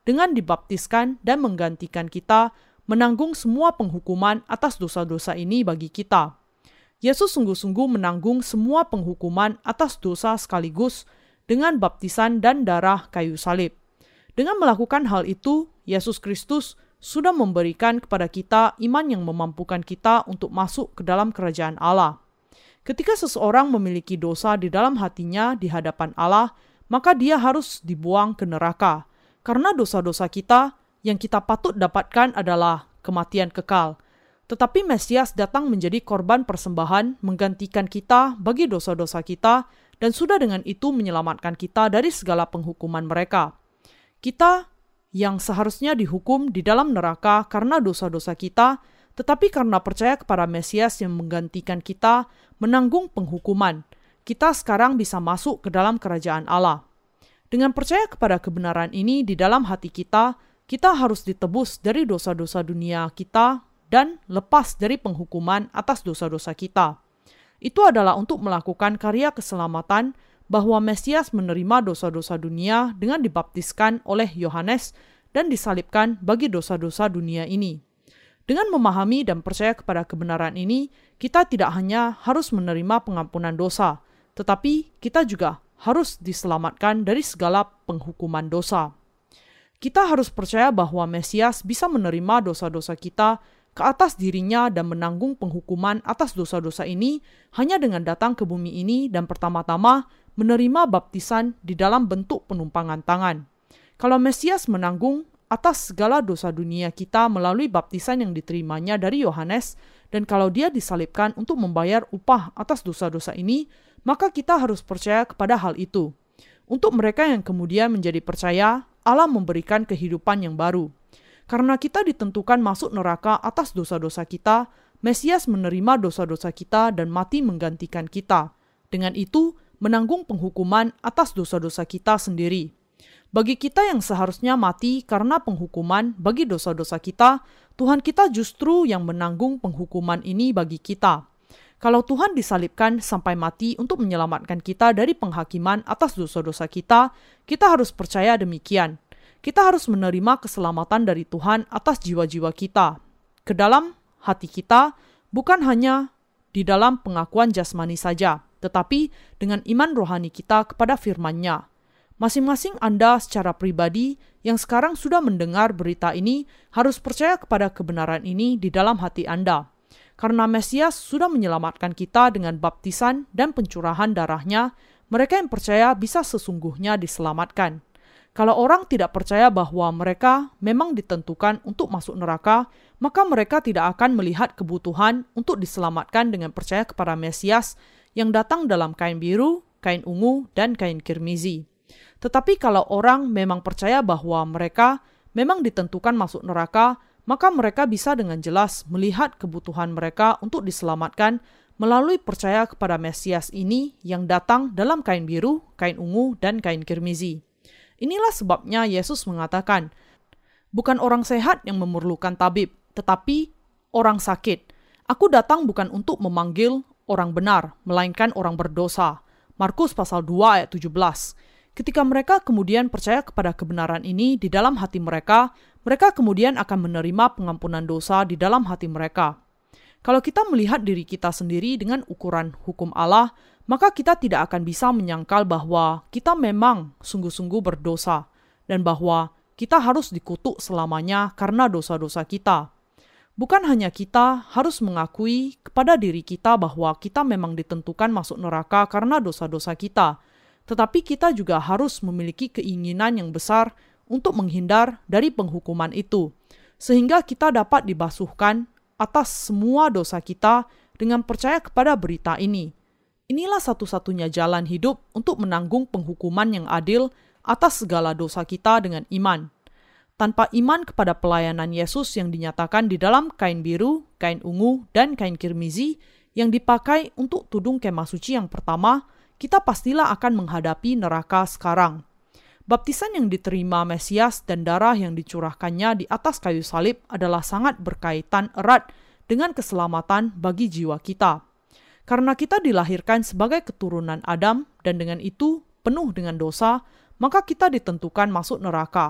dengan dibaptiskan dan menggantikan kita menanggung semua penghukuman atas dosa-dosa ini bagi kita. Yesus sungguh-sungguh menanggung semua penghukuman atas dosa sekaligus dengan baptisan dan darah kayu salib. Dengan melakukan hal itu, Yesus Kristus sudah memberikan kepada kita iman yang memampukan kita untuk masuk ke dalam kerajaan Allah. Ketika seseorang memiliki dosa di dalam hatinya di hadapan Allah, maka dia harus dibuang ke neraka. Karena dosa-dosa kita yang kita patut dapatkan adalah kematian kekal. Tetapi Mesias datang menjadi korban persembahan menggantikan kita bagi dosa-dosa kita dan sudah dengan itu menyelamatkan kita dari segala penghukuman mereka. Kita yang seharusnya dihukum di dalam neraka karena dosa-dosa kita, tetapi karena percaya kepada Mesias yang menggantikan kita menanggung penghukuman, kita sekarang bisa masuk ke dalam kerajaan Allah. Dengan percaya kepada kebenaran ini di dalam hati kita, kita harus ditebus dari dosa-dosa dunia kita dan lepas dari penghukuman atas dosa-dosa kita. Itu adalah untuk melakukan karya keselamatan bahwa Mesias menerima dosa-dosa dunia dengan dibaptiskan oleh Yohanes dan disalibkan bagi dosa-dosa dunia ini. Dengan memahami dan percaya kepada kebenaran ini, kita tidak hanya harus menerima pengampunan dosa, tetapi kita juga harus diselamatkan dari segala penghukuman dosa. Kita harus percaya bahwa Mesias bisa menerima dosa-dosa kita ke atas dirinya dan menanggung penghukuman atas dosa-dosa ini hanya dengan datang ke bumi ini dan pertama-tama menerima baptisan di dalam bentuk penumpangan tangan. Kalau Mesias menanggung atas segala dosa dunia kita melalui baptisan yang diterimanya dari Yohanes, dan kalau dia disalibkan untuk membayar upah atas dosa-dosa ini, maka kita harus percaya kepada hal itu. Untuk mereka yang kemudian menjadi percaya, Allah memberikan kehidupan yang baru. Karena kita ditentukan masuk neraka atas dosa-dosa kita, Mesias menerima dosa-dosa kita dan mati menggantikan kita. Dengan itu, menanggung penghukuman atas dosa-dosa kita sendiri. Bagi kita yang seharusnya mati karena penghukuman bagi dosa-dosa kita, Tuhan kita justru yang menanggung penghukuman ini bagi kita. Kalau Tuhan disalibkan sampai mati untuk menyelamatkan kita dari penghakiman atas dosa-dosa kita harus percaya demikian. Kita harus menerima keselamatan dari Tuhan atas jiwa-jiwa kita, ke dalam hati kita, bukan hanya di dalam pengakuan jasmani saja, tetapi dengan iman rohani kita kepada firman-Nya. Masing-masing Anda secara pribadi yang sekarang sudah mendengar berita ini harus percaya kepada kebenaran ini di dalam hati Anda. Karena Mesias sudah menyelamatkan kita dengan baptisan dan pencurahan darahnya, mereka yang percaya bisa sesungguhnya diselamatkan. Kalau orang tidak percaya bahwa mereka memang ditentukan untuk masuk neraka, maka mereka tidak akan melihat kebutuhan untuk diselamatkan dengan percaya kepada Mesias yang datang dalam kain biru, kain ungu, dan kain kirmizi. Tetapi kalau orang memang percaya bahwa mereka memang ditentukan masuk neraka, maka mereka bisa dengan jelas melihat kebutuhan mereka untuk diselamatkan melalui percaya kepada Mesias ini yang datang dalam kain biru, kain ungu, dan kain kirmizi. Inilah sebabnya Yesus mengatakan, bukan orang sehat yang memerlukan tabib, tetapi orang sakit. Aku datang bukan untuk memanggil orang benar, melainkan orang berdosa. Markus pasal 2 ayat 17. Ketika mereka kemudian percaya kepada kebenaran ini di dalam hati mereka kemudian akan menerima pengampunan dosa di dalam hati mereka. Kalau kita melihat diri kita sendiri dengan ukuran hukum Allah, maka kita tidak akan bisa menyangkal bahwa kita memang sungguh-sungguh berdosa dan bahwa kita harus dikutuk selamanya karena dosa-dosa kita. Bukan hanya kita harus mengakui kepada diri kita bahwa kita memang ditentukan masuk neraka karena dosa-dosa kita, tetapi kita juga harus memiliki keinginan yang besar untuk menghindar dari penghukuman itu, sehingga kita dapat dibasuhkan atas semua dosa kita dengan percaya kepada berita ini. Inilah satu-satunya jalan hidup untuk menanggung penghukuman yang adil atas segala dosa kita dengan iman. Tanpa iman kepada pelayanan Yesus yang dinyatakan di dalam kain biru, kain ungu, dan kain kirmizi yang dipakai untuk tudung kemah suci yang pertama, kita pastilah akan menghadapi neraka sekarang. Baptisan yang diterima Mesias dan darah yang dicurahkannya di atas kayu salib adalah sangat berkaitan erat dengan keselamatan bagi jiwa kita. Karena kita dilahirkan sebagai keturunan Adam dan dengan itu penuh dengan dosa, maka kita ditentukan masuk neraka.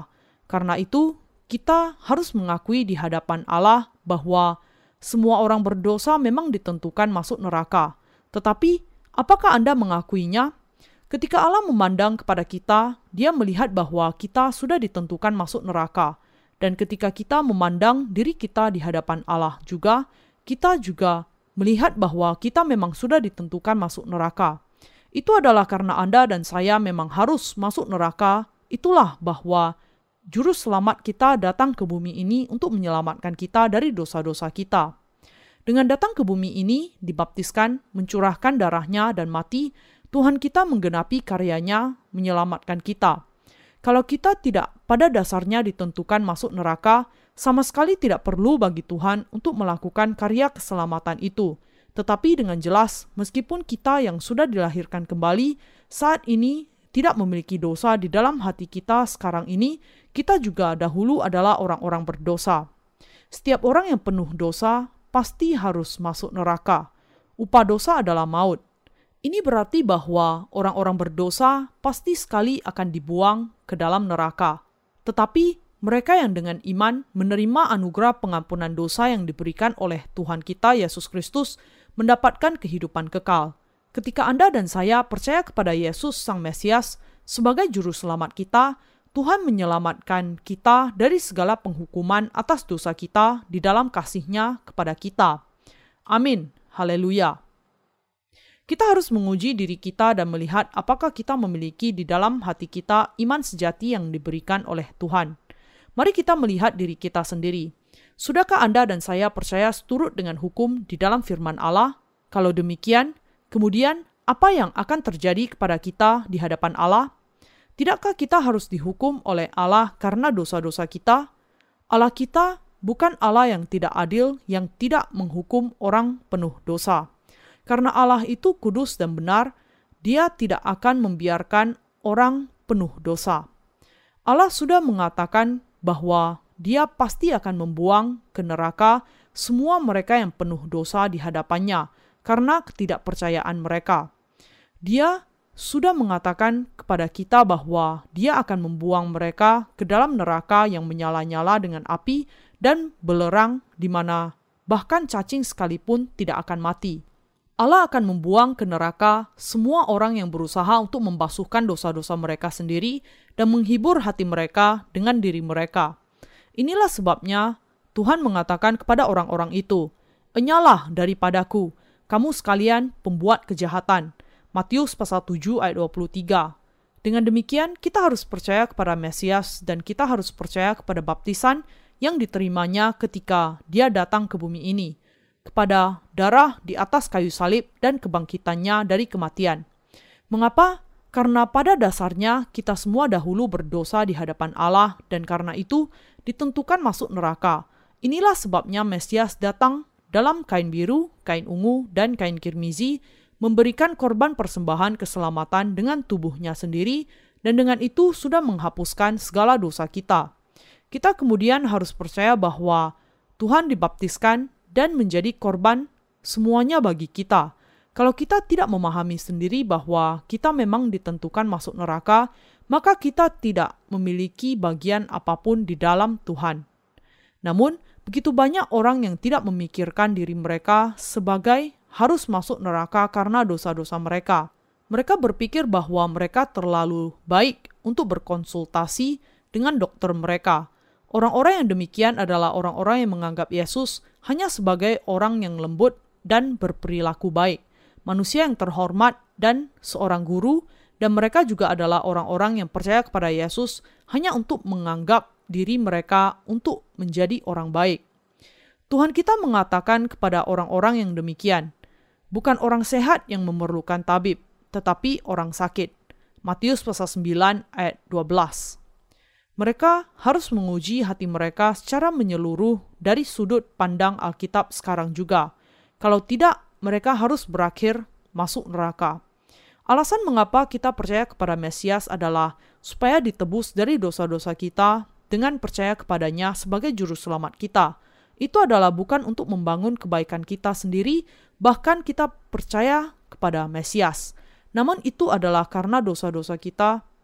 Karena itu, kita harus mengakui di hadapan Allah bahwa semua orang berdosa memang ditentukan masuk neraka. Tetapi, apakah Anda mengakuinya? Ketika Allah memandang kepada kita, Dia melihat bahwa kita sudah ditentukan masuk neraka. Dan ketika kita memandang diri kita di hadapan Allah juga, kita juga melihat bahwa kita memang sudah ditentukan masuk neraka. Itu adalah karena Anda dan saya memang harus masuk neraka. Itulah bahwa Juru Selamat kita datang ke bumi ini untuk menyelamatkan kita dari dosa-dosa kita. Dengan datang ke bumi ini, dibaptiskan, mencurahkan darahnya dan mati, Tuhan kita menggenapi karyanya menyelamatkan kita. Kalau kita tidak pada dasarnya ditentukan masuk neraka, sama sekali tidak perlu bagi Tuhan untuk melakukan karya keselamatan itu. Tetapi dengan jelas, meskipun kita yang sudah dilahirkan kembali, saat ini tidak memiliki dosa di dalam hati kita sekarang ini, kita juga dahulu adalah orang-orang berdosa. Setiap orang yang penuh dosa pasti harus masuk neraka. Upah dosa adalah maut. Ini berarti bahwa orang-orang berdosa pasti sekali akan dibuang ke dalam neraka. Tetapi mereka yang dengan iman menerima anugerah pengampunan dosa yang diberikan oleh Tuhan kita Yesus Kristus mendapatkan kehidupan kekal. Ketika Anda dan saya percaya kepada Yesus Sang Mesias sebagai Juru Selamat kita, Tuhan menyelamatkan kita dari segala penghukuman atas dosa kita di dalam kasih-Nya kepada kita. Amin. Haleluya. Kita harus menguji diri kita dan melihat apakah kita memiliki di dalam hati kita iman sejati yang diberikan oleh Tuhan. Mari kita melihat diri kita sendiri. Sudahkah Anda dan saya percaya seturut dengan hukum di dalam firman Allah? Kalau demikian, kemudian apa yang akan terjadi kepada kita di hadapan Allah? Tidakkah kita harus dihukum oleh Allah karena dosa-dosa kita? Allah kita bukan Allah yang tidak adil, yang tidak menghukum orang penuh dosa. Karena Allah itu kudus dan benar, Dia tidak akan membiarkan orang penuh dosa. Allah sudah mengatakan bahwa Dia pasti akan membuang ke neraka semua mereka yang penuh dosa di hadapannya karena ketidakpercayaan mereka. Dia sudah mengatakan kepada kita bahwa Dia akan membuang mereka ke dalam neraka yang menyala-nyala dengan api dan belerang di mana bahkan cacing sekalipun tidak akan mati. Allah akan membuang ke neraka semua orang yang berusaha untuk membasuhkan dosa-dosa mereka sendiri dan menghibur hati mereka dengan diri mereka. Inilah sebabnya Tuhan mengatakan kepada orang-orang itu, "Enyalah daripadaku, kamu sekalian pembuat kejahatan." Matius pasal 7 ayat 23. Dengan demikian, kita harus percaya kepada Mesias dan kita harus percaya kepada baptisan yang diterimanya ketika Dia datang ke bumi ini, kepada darah di atas kayu salib dan kebangkitannya dari kematian. Mengapa? Karena pada dasarnya kita semua dahulu berdosa di hadapan Allah dan karena itu ditentukan masuk neraka. Inilah sebabnya Mesias datang dalam kain biru, kain ungu, dan kain kirmizi, memberikan korban persembahan keselamatan dengan tubuhnya sendiri dan dengan itu sudah menghapuskan segala dosa kita. Kita kemudian harus percaya bahwa Tuhan dibaptiskan dan menjadi korban semuanya bagi kita. Kalau kita tidak memahami sendiri bahwa kita memang ditentukan masuk neraka, maka kita tidak memiliki bagian apapun di dalam Tuhan. Namun, begitu banyak orang yang tidak memikirkan diri mereka sebagai harus masuk neraka karena dosa-dosa mereka. Mereka berpikir bahwa mereka terlalu baik untuk berkonsultasi dengan dokter mereka. Orang-orang yang demikian adalah orang-orang yang menganggap Yesus hanya sebagai orang yang lembut dan berperilaku baik, manusia yang terhormat dan seorang guru, dan mereka juga adalah orang-orang yang percaya kepada Yesus hanya untuk menganggap diri mereka untuk menjadi orang baik. Tuhan kita mengatakan kepada orang-orang yang demikian, bukan orang sehat yang memerlukan tabib, tetapi orang sakit. Matius pasal 9 ayat 12. Mereka harus menguji hati mereka secara menyeluruh dari sudut pandang Alkitab sekarang juga. Kalau tidak, mereka harus berakhir masuk neraka. Alasan mengapa kita percaya kepada Mesias adalah supaya ditebus dari dosa-dosa kita dengan percaya kepadanya sebagai juru selamat kita. Itu adalah bukan untuk membangun kebaikan kita sendiri, bahkan kita percaya kepada Mesias. Namun itu adalah karena dosa-dosa kita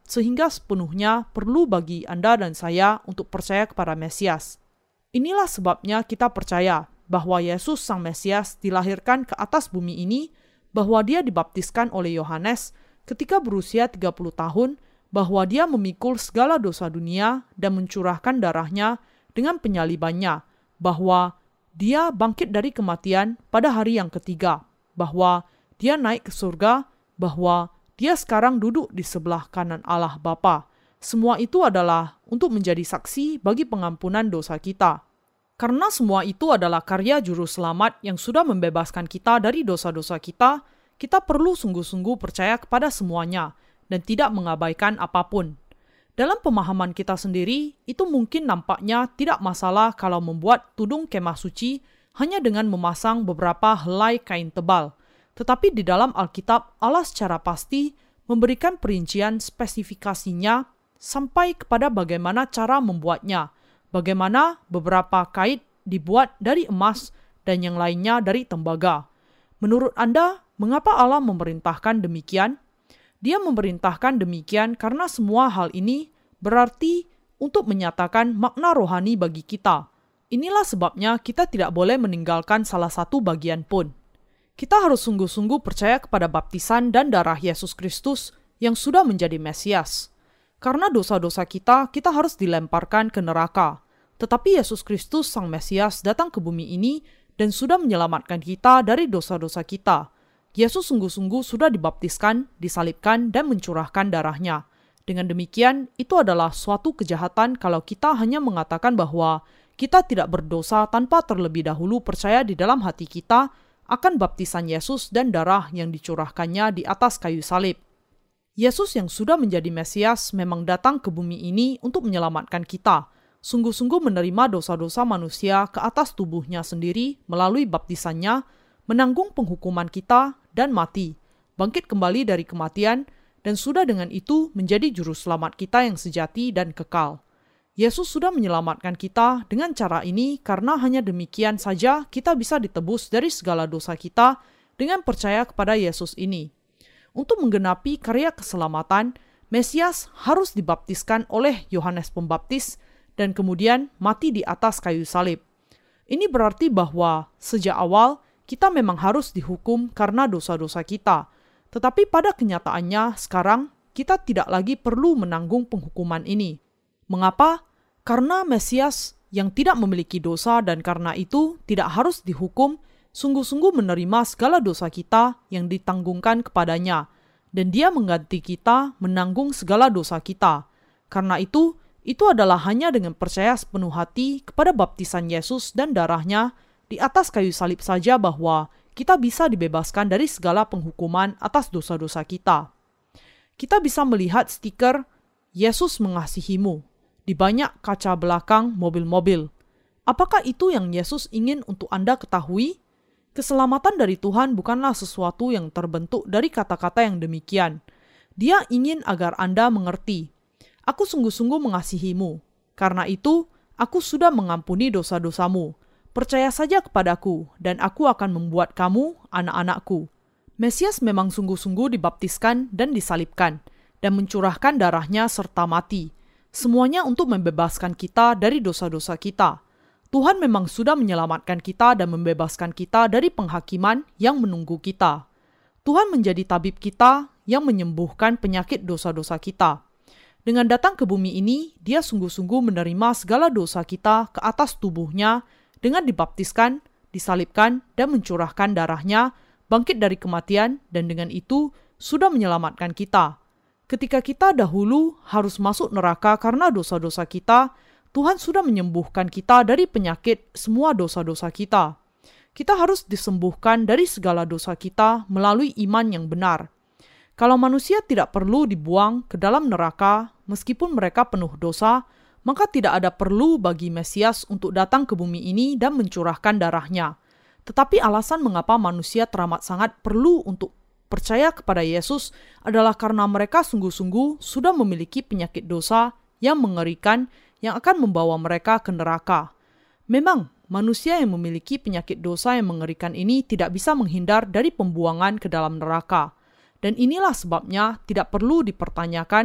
sehingga sepenuhnya perlu bagi Anda dan saya untuk percaya kepada Mesias. Inilah sebabnya kita percaya bahwa Yesus Sang Mesias dilahirkan ke atas bumi ini, bahwa dia dibaptiskan oleh Yohanes ketika berusia 30 tahun, bahwa dia memikul segala dosa dunia dan mencurahkan darahnya dengan penyalibannya, bahwa dia bangkit dari kematian pada hari yang ketiga, bahwa dia naik ke surga, bahwa dia sekarang duduk di sebelah kanan Allah Bapa. Semua itu adalah untuk menjadi saksi bagi pengampunan dosa kita. Karena semua itu adalah karya Juru Selamat yang sudah membebaskan kita dari dosa-dosa kita, kita perlu sungguh-sungguh percaya kepada semuanya dan tidak mengabaikan apapun. Dalam pemahaman kita sendiri, itu mungkin nampaknya tidak masalah kalau membuat tudung kemah suci hanya dengan memasang beberapa helai kain tebal. Tetapi di dalam Alkitab, Allah secara pasti memberikan perincian spesifikasinya sampai kepada bagaimana cara membuatnya, bagaimana beberapa kait dibuat dari emas dan yang lainnya dari tembaga. Menurut Anda, mengapa Allah memerintahkan demikian? Dia memerintahkan demikian karena semua hal ini berarti untuk menyatakan makna rohani bagi kita. Inilah sebabnya kita tidak boleh meninggalkan salah satu bagian pun. Kita harus sungguh-sungguh percaya kepada baptisan dan darah Yesus Kristus yang sudah menjadi Mesias. Karena dosa-dosa kita harus dilemparkan ke neraka. Tetapi Yesus Kristus Sang Mesias datang ke bumi ini dan sudah menyelamatkan kita dari dosa-dosa kita. Yesus sungguh-sungguh sudah dibaptiskan, disalibkan, dan mencurahkan darahnya. Dengan demikian, itu adalah suatu kejahatan kalau kita hanya mengatakan bahwa kita tidak berdosa tanpa terlebih dahulu percaya di dalam hati kita akan baptisan Yesus dan darah yang dicurahkannya di atas kayu salib. Yesus yang sudah menjadi Mesias memang datang ke bumi ini untuk menyelamatkan kita, sungguh-sungguh menerima dosa-dosa manusia ke atas tubuhnya sendiri melalui baptisannya, menanggung penghukuman kita dan mati, bangkit kembali dari kematian, dan sudah dengan itu menjadi juru selamat kita yang sejati dan kekal. Yesus sudah menyelamatkan kita dengan cara ini karena hanya demikian saja kita bisa ditebus dari segala dosa kita dengan percaya kepada Yesus ini. Untuk menggenapi karya keselamatan, Mesias harus dibaptiskan oleh Yohanes Pembaptis dan kemudian mati di atas kayu salib. Ini berarti bahwa sejak awal kita memang harus dihukum karena dosa-dosa kita. Tetapi pada kenyataannya sekarang kita tidak lagi perlu menanggung penghukuman ini. Mengapa? Karena Mesias yang tidak memiliki dosa dan karena itu tidak harus dihukum, sungguh-sungguh menerima segala dosa kita yang ditanggungkan kepadanya, dan dia mengganti kita menanggung segala dosa kita. Karena itu adalah hanya dengan percaya sepenuh hati kepada baptisan Yesus dan darahnya di atas kayu salib saja bahwa kita bisa dibebaskan dari segala penghukuman atas dosa-dosa kita. Kita bisa melihat stiker Yesus mengasihimu di banyak kaca belakang mobil-mobil. Apakah itu yang Yesus ingin untuk Anda ketahui? Keselamatan dari Tuhan bukanlah sesuatu yang terbentuk dari kata-kata yang demikian. Dia ingin agar Anda mengerti, aku sungguh-sungguh mengasihimu. Karena itu, aku sudah mengampuni dosa-dosamu. Percaya saja kepadaku, dan aku akan membuat kamu anak-anakku. Mesias memang sungguh-sungguh dibaptiskan dan disalibkan, dan mencurahkan darahnya serta mati. Semuanya untuk membebaskan kita dari dosa-dosa kita. Tuhan memang sudah menyelamatkan kita dan membebaskan kita dari penghakiman yang menunggu kita. Tuhan menjadi tabib kita yang menyembuhkan penyakit dosa-dosa kita. Dengan datang ke bumi ini, Dia sungguh-sungguh menerima segala dosa kita ke atas tubuhnya dengan dibaptiskan, disalibkan, dan mencurahkan darahnya, bangkit dari kematian, dan dengan itu sudah menyelamatkan kita. Ketika kita dahulu harus masuk neraka karena dosa-dosa kita, Tuhan sudah menyembuhkan kita dari penyakit semua dosa-dosa kita. Kita harus disembuhkan dari segala dosa kita melalui iman yang benar. Kalau manusia tidak perlu dibuang ke dalam neraka meskipun mereka penuh dosa, maka tidak ada perlu bagi Mesias untuk datang ke bumi ini dan mencurahkan darahnya. Tetapi alasan mengapa manusia teramat sangat perlu untuk percaya kepada Yesus adalah karena mereka sungguh-sungguh sudah memiliki penyakit dosa yang mengerikan yang akan membawa mereka ke neraka. Memang, manusia yang memiliki penyakit dosa yang mengerikan ini tidak bisa menghindar dari pembuangan ke dalam neraka. Dan inilah sebabnya tidak perlu dipertanyakan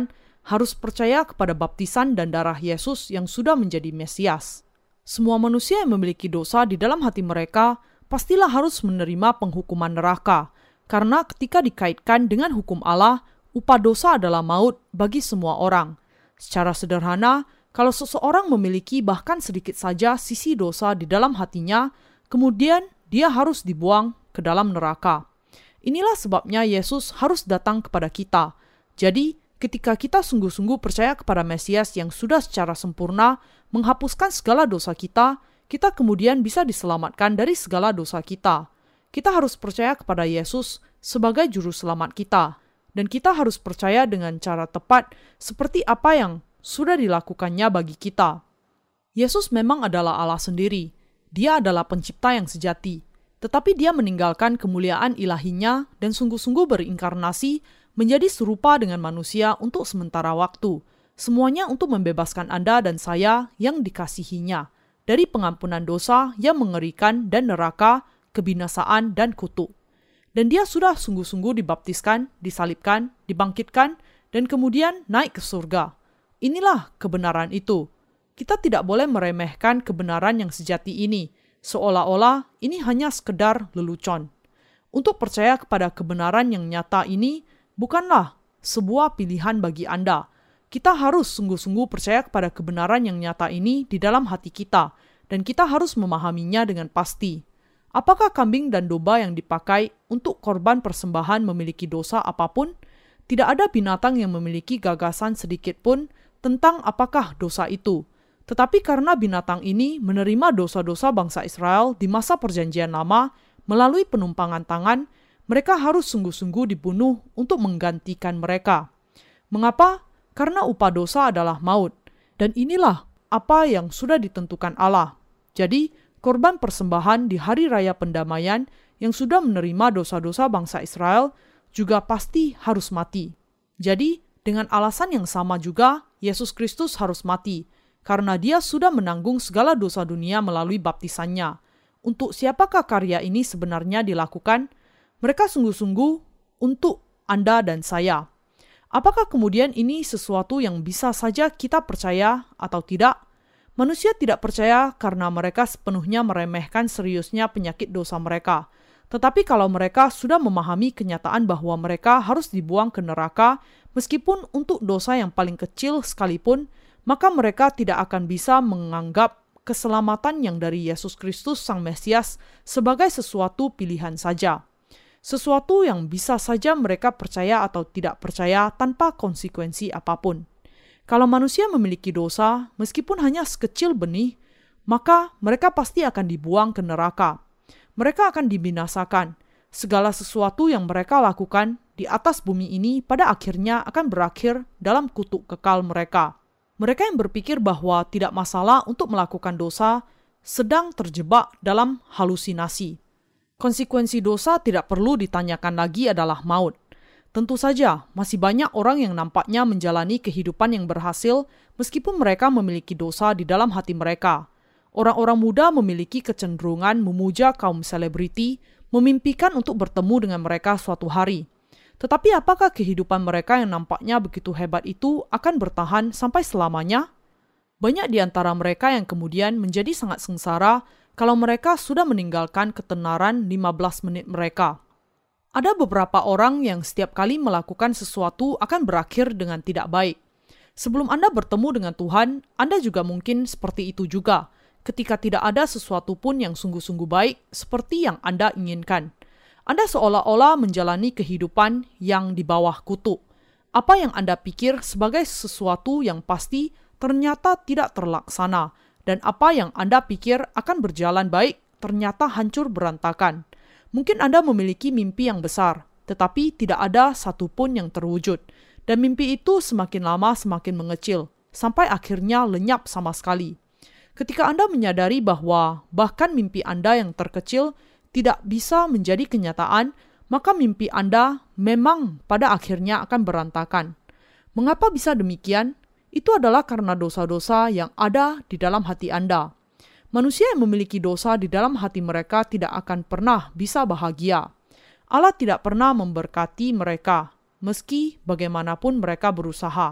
harus percaya kepada baptisan dan darah Yesus yang sudah menjadi Mesias. Semua manusia yang memiliki dosa di dalam hati mereka pastilah harus menerima penghukuman neraka, karena ketika dikaitkan dengan hukum Allah, upah dosa adalah maut bagi semua orang. Secara sederhana, kalau seseorang memiliki bahkan sedikit saja sisi dosa di dalam hatinya, kemudian dia harus dibuang ke dalam neraka. Inilah sebabnya Yesus harus datang kepada kita. Jadi, ketika kita sungguh-sungguh percaya kepada Mesias yang sudah secara sempurna menghapuskan segala dosa kita kemudian bisa diselamatkan dari segala dosa kita. Kita harus percaya kepada Yesus sebagai juru selamat kita. Dan kita harus percaya dengan cara tepat seperti apa yang sudah dilakukannya bagi kita. Yesus memang adalah Allah sendiri. Dia adalah pencipta yang sejati. Tetapi dia meninggalkan kemuliaan ilahinya dan sungguh-sungguh berinkarnasi menjadi serupa dengan manusia untuk sementara waktu. Semuanya untuk membebaskan Anda dan saya yang dikasihinya dari pengampunan dosa yang mengerikan dan neraka, kebinasaan dan kutuk. Dan dia sudah sungguh-sungguh dibaptiskan, disalibkan, dibangkitkan, dan kemudian naik ke surga. Inilah kebenaran itu. Kita tidak boleh meremehkan kebenaran yang sejati ini, seolah-olah ini hanya sekedar lelucon. Untuk percaya kepada kebenaran yang nyata ini bukanlah sebuah pilihan bagi Anda. Kita harus sungguh-sungguh percaya kepada kebenaran yang nyata ini di dalam hati kita, dan kita harus memahaminya dengan pasti. Apakah kambing dan domba yang dipakai untuk korban persembahan memiliki dosa apapun? Tidak ada binatang yang memiliki gagasan sedikit pun tentang apakah dosa itu. Tetapi karena binatang ini menerima dosa-dosa bangsa Israel di masa Perjanjian Lama melalui penumpangan tangan, mereka harus sungguh-sungguh dibunuh untuk menggantikan mereka. Mengapa? Karena upah dosa adalah maut. Dan inilah apa yang sudah ditentukan Allah. Jadi, korban persembahan di hari raya pendamaian yang sudah menerima dosa-dosa bangsa Israel juga pasti harus mati. Jadi, dengan alasan yang sama juga, Yesus Kristus harus mati, karena dia sudah menanggung segala dosa dunia melalui baptisannya. Untuk siapakah karya ini sebenarnya dilakukan? Mereka sungguh-sungguh untuk Anda dan saya. Apakah kemudian ini sesuatu yang bisa saja kita percaya atau tidak? Manusia tidak percaya karena mereka sepenuhnya meremehkan seriusnya penyakit dosa mereka. Tetapi kalau mereka sudah memahami kenyataan bahwa mereka harus dibuang ke neraka, meskipun untuk dosa yang paling kecil sekalipun, maka mereka tidak akan bisa menganggap keselamatan yang dari Yesus Kristus Sang Mesias sebagai sesuatu pilihan saja. Sesuatu yang bisa saja mereka percaya atau tidak percaya tanpa konsekuensi apapun. Kalau manusia memiliki dosa, meskipun hanya sekecil benih, maka mereka pasti akan dibuang ke neraka. Mereka akan dibinasakan. Segala sesuatu yang mereka lakukan di atas bumi ini pada akhirnya akan berakhir dalam kutuk kekal mereka. Mereka yang berpikir bahwa tidak masalah untuk melakukan dosa sedang terjebak dalam halusinasi. Konsekuensi dosa tidak perlu ditanyakan lagi adalah maut. Tentu saja, masih banyak orang yang nampaknya menjalani kehidupan yang berhasil meskipun mereka memiliki dosa di dalam hati mereka. Orang-orang muda memiliki kecenderungan memuja kaum selebriti, memimpikan untuk bertemu dengan mereka suatu hari. Tetapi apakah kehidupan mereka yang nampaknya begitu hebat itu akan bertahan sampai selamanya? Banyak di antara mereka yang kemudian menjadi sangat sengsara kalau mereka sudah meninggalkan ketenaran 15 menit mereka. Ada beberapa orang yang setiap kali melakukan sesuatu akan berakhir dengan tidak baik. Sebelum Anda bertemu dengan Tuhan, Anda juga mungkin seperti itu juga, ketika tidak ada sesuatu pun yang sungguh-sungguh baik seperti yang Anda inginkan. Anda seolah-olah menjalani kehidupan yang di bawah kutuk. Apa yang Anda pikir sebagai sesuatu yang pasti ternyata tidak terlaksana, dan apa yang Anda pikir akan berjalan baik ternyata hancur berantakan. Mungkin Anda memiliki mimpi yang besar, tetapi tidak ada satupun yang terwujud. Dan mimpi itu semakin lama semakin mengecil, sampai akhirnya lenyap sama sekali. Ketika Anda menyadari bahwa bahkan mimpi Anda yang terkecil tidak bisa menjadi kenyataan, maka mimpi Anda memang pada akhirnya akan berantakan. Mengapa bisa demikian? Itu adalah karena dosa-dosa yang ada di dalam hati Anda. Manusia yang memiliki dosa di dalam hati mereka tidak akan pernah bisa bahagia. Allah tidak pernah memberkati mereka, meski bagaimanapun mereka berusaha.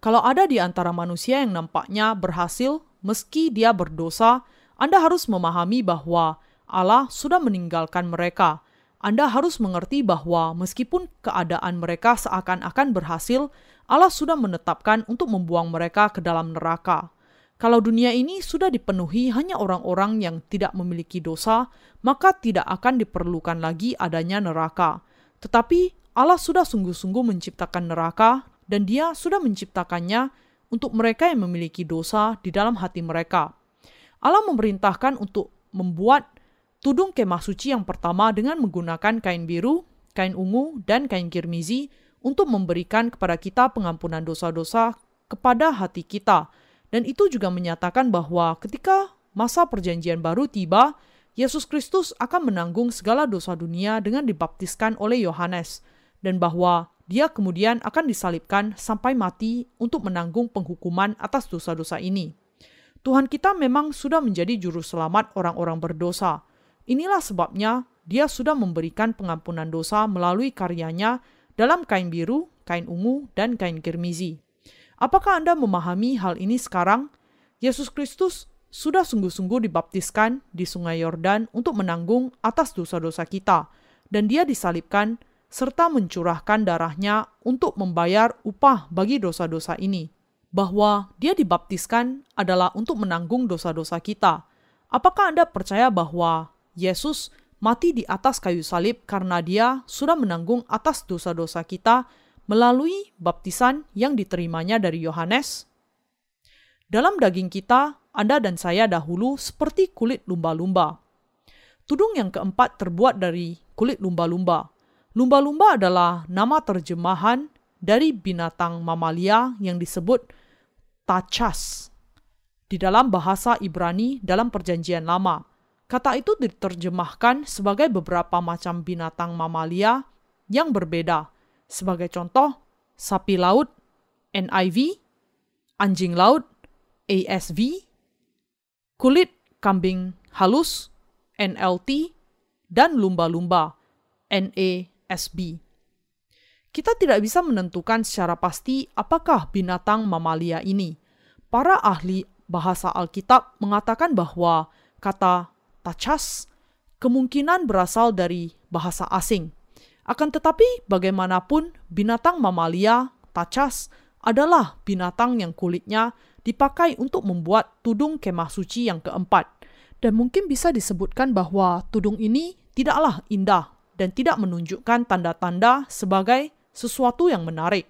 Kalau ada di antara manusia yang nampaknya berhasil meski dia berdosa, Anda harus memahami bahwa Allah sudah meninggalkan mereka. Anda harus mengerti bahwa meskipun keadaan mereka seakan-akan berhasil, Allah sudah menetapkan untuk membuang mereka ke dalam neraka. Kalau dunia ini sudah dipenuhi hanya orang-orang yang tidak memiliki dosa, maka tidak akan diperlukan lagi adanya neraka. Tetapi Allah sudah sungguh-sungguh menciptakan neraka, dan Dia sudah menciptakannya untuk mereka yang memiliki dosa di dalam hati mereka. Allah memerintahkan untuk membuat tudung kemah suci yang pertama dengan menggunakan kain biru, kain ungu, dan kain kirmizi untuk memberikan kepada kita pengampunan dosa-dosa kepada hati kita. Dan itu juga menyatakan bahwa ketika masa perjanjian baru tiba, Yesus Kristus akan menanggung segala dosa dunia dengan dibaptiskan oleh Yohanes, dan bahwa Dia kemudian akan disalibkan sampai mati untuk menanggung penghukuman atas dosa-dosa ini. Tuhan kita memang sudah menjadi juru selamat orang-orang berdosa. Inilah sebabnya Dia sudah memberikan pengampunan dosa melalui karyanya dalam kain biru, kain ungu, dan kain kirmizi. Apakah Anda memahami hal ini sekarang? Yesus Kristus sudah sungguh-sungguh dibaptiskan di Sungai Yordan untuk menanggung atas dosa-dosa kita, dan Dia disalibkan serta mencurahkan darahnya untuk membayar upah bagi dosa-dosa ini. Bahwa Dia dibaptiskan adalah untuk menanggung dosa-dosa kita. Apakah Anda percaya bahwa Yesus mati di atas kayu salib karena Dia sudah menanggung atas dosa-dosa kita melalui baptisan yang diterimanya dari Yohanes? Dalam daging kita, Anda dan saya dahulu seperti kulit lumba-lumba. Tudung yang keempat terbuat dari kulit lumba-lumba. Lumba-lumba adalah nama terjemahan dari binatang mamalia yang disebut tachas di dalam bahasa Ibrani dalam Perjanjian Lama. Kata itu diterjemahkan sebagai beberapa macam binatang mamalia yang berbeda. Sebagai contoh, sapi laut, NIV, anjing laut, ASV, kulit kambing halus, NLT, dan lumba-lumba, NASB. Kita tidak bisa menentukan secara pasti apakah binatang mamalia ini. Para ahli bahasa Alkitab mengatakan bahwa kata tachas kemungkinan berasal dari bahasa asing. Akan tetapi bagaimanapun binatang mamalia tachas adalah binatang yang kulitnya dipakai untuk membuat tudung kemah suci yang keempat. Dan mungkin bisa disebutkan bahwa tudung ini tidaklah indah dan tidak menunjukkan tanda-tanda sebagai sesuatu yang menarik.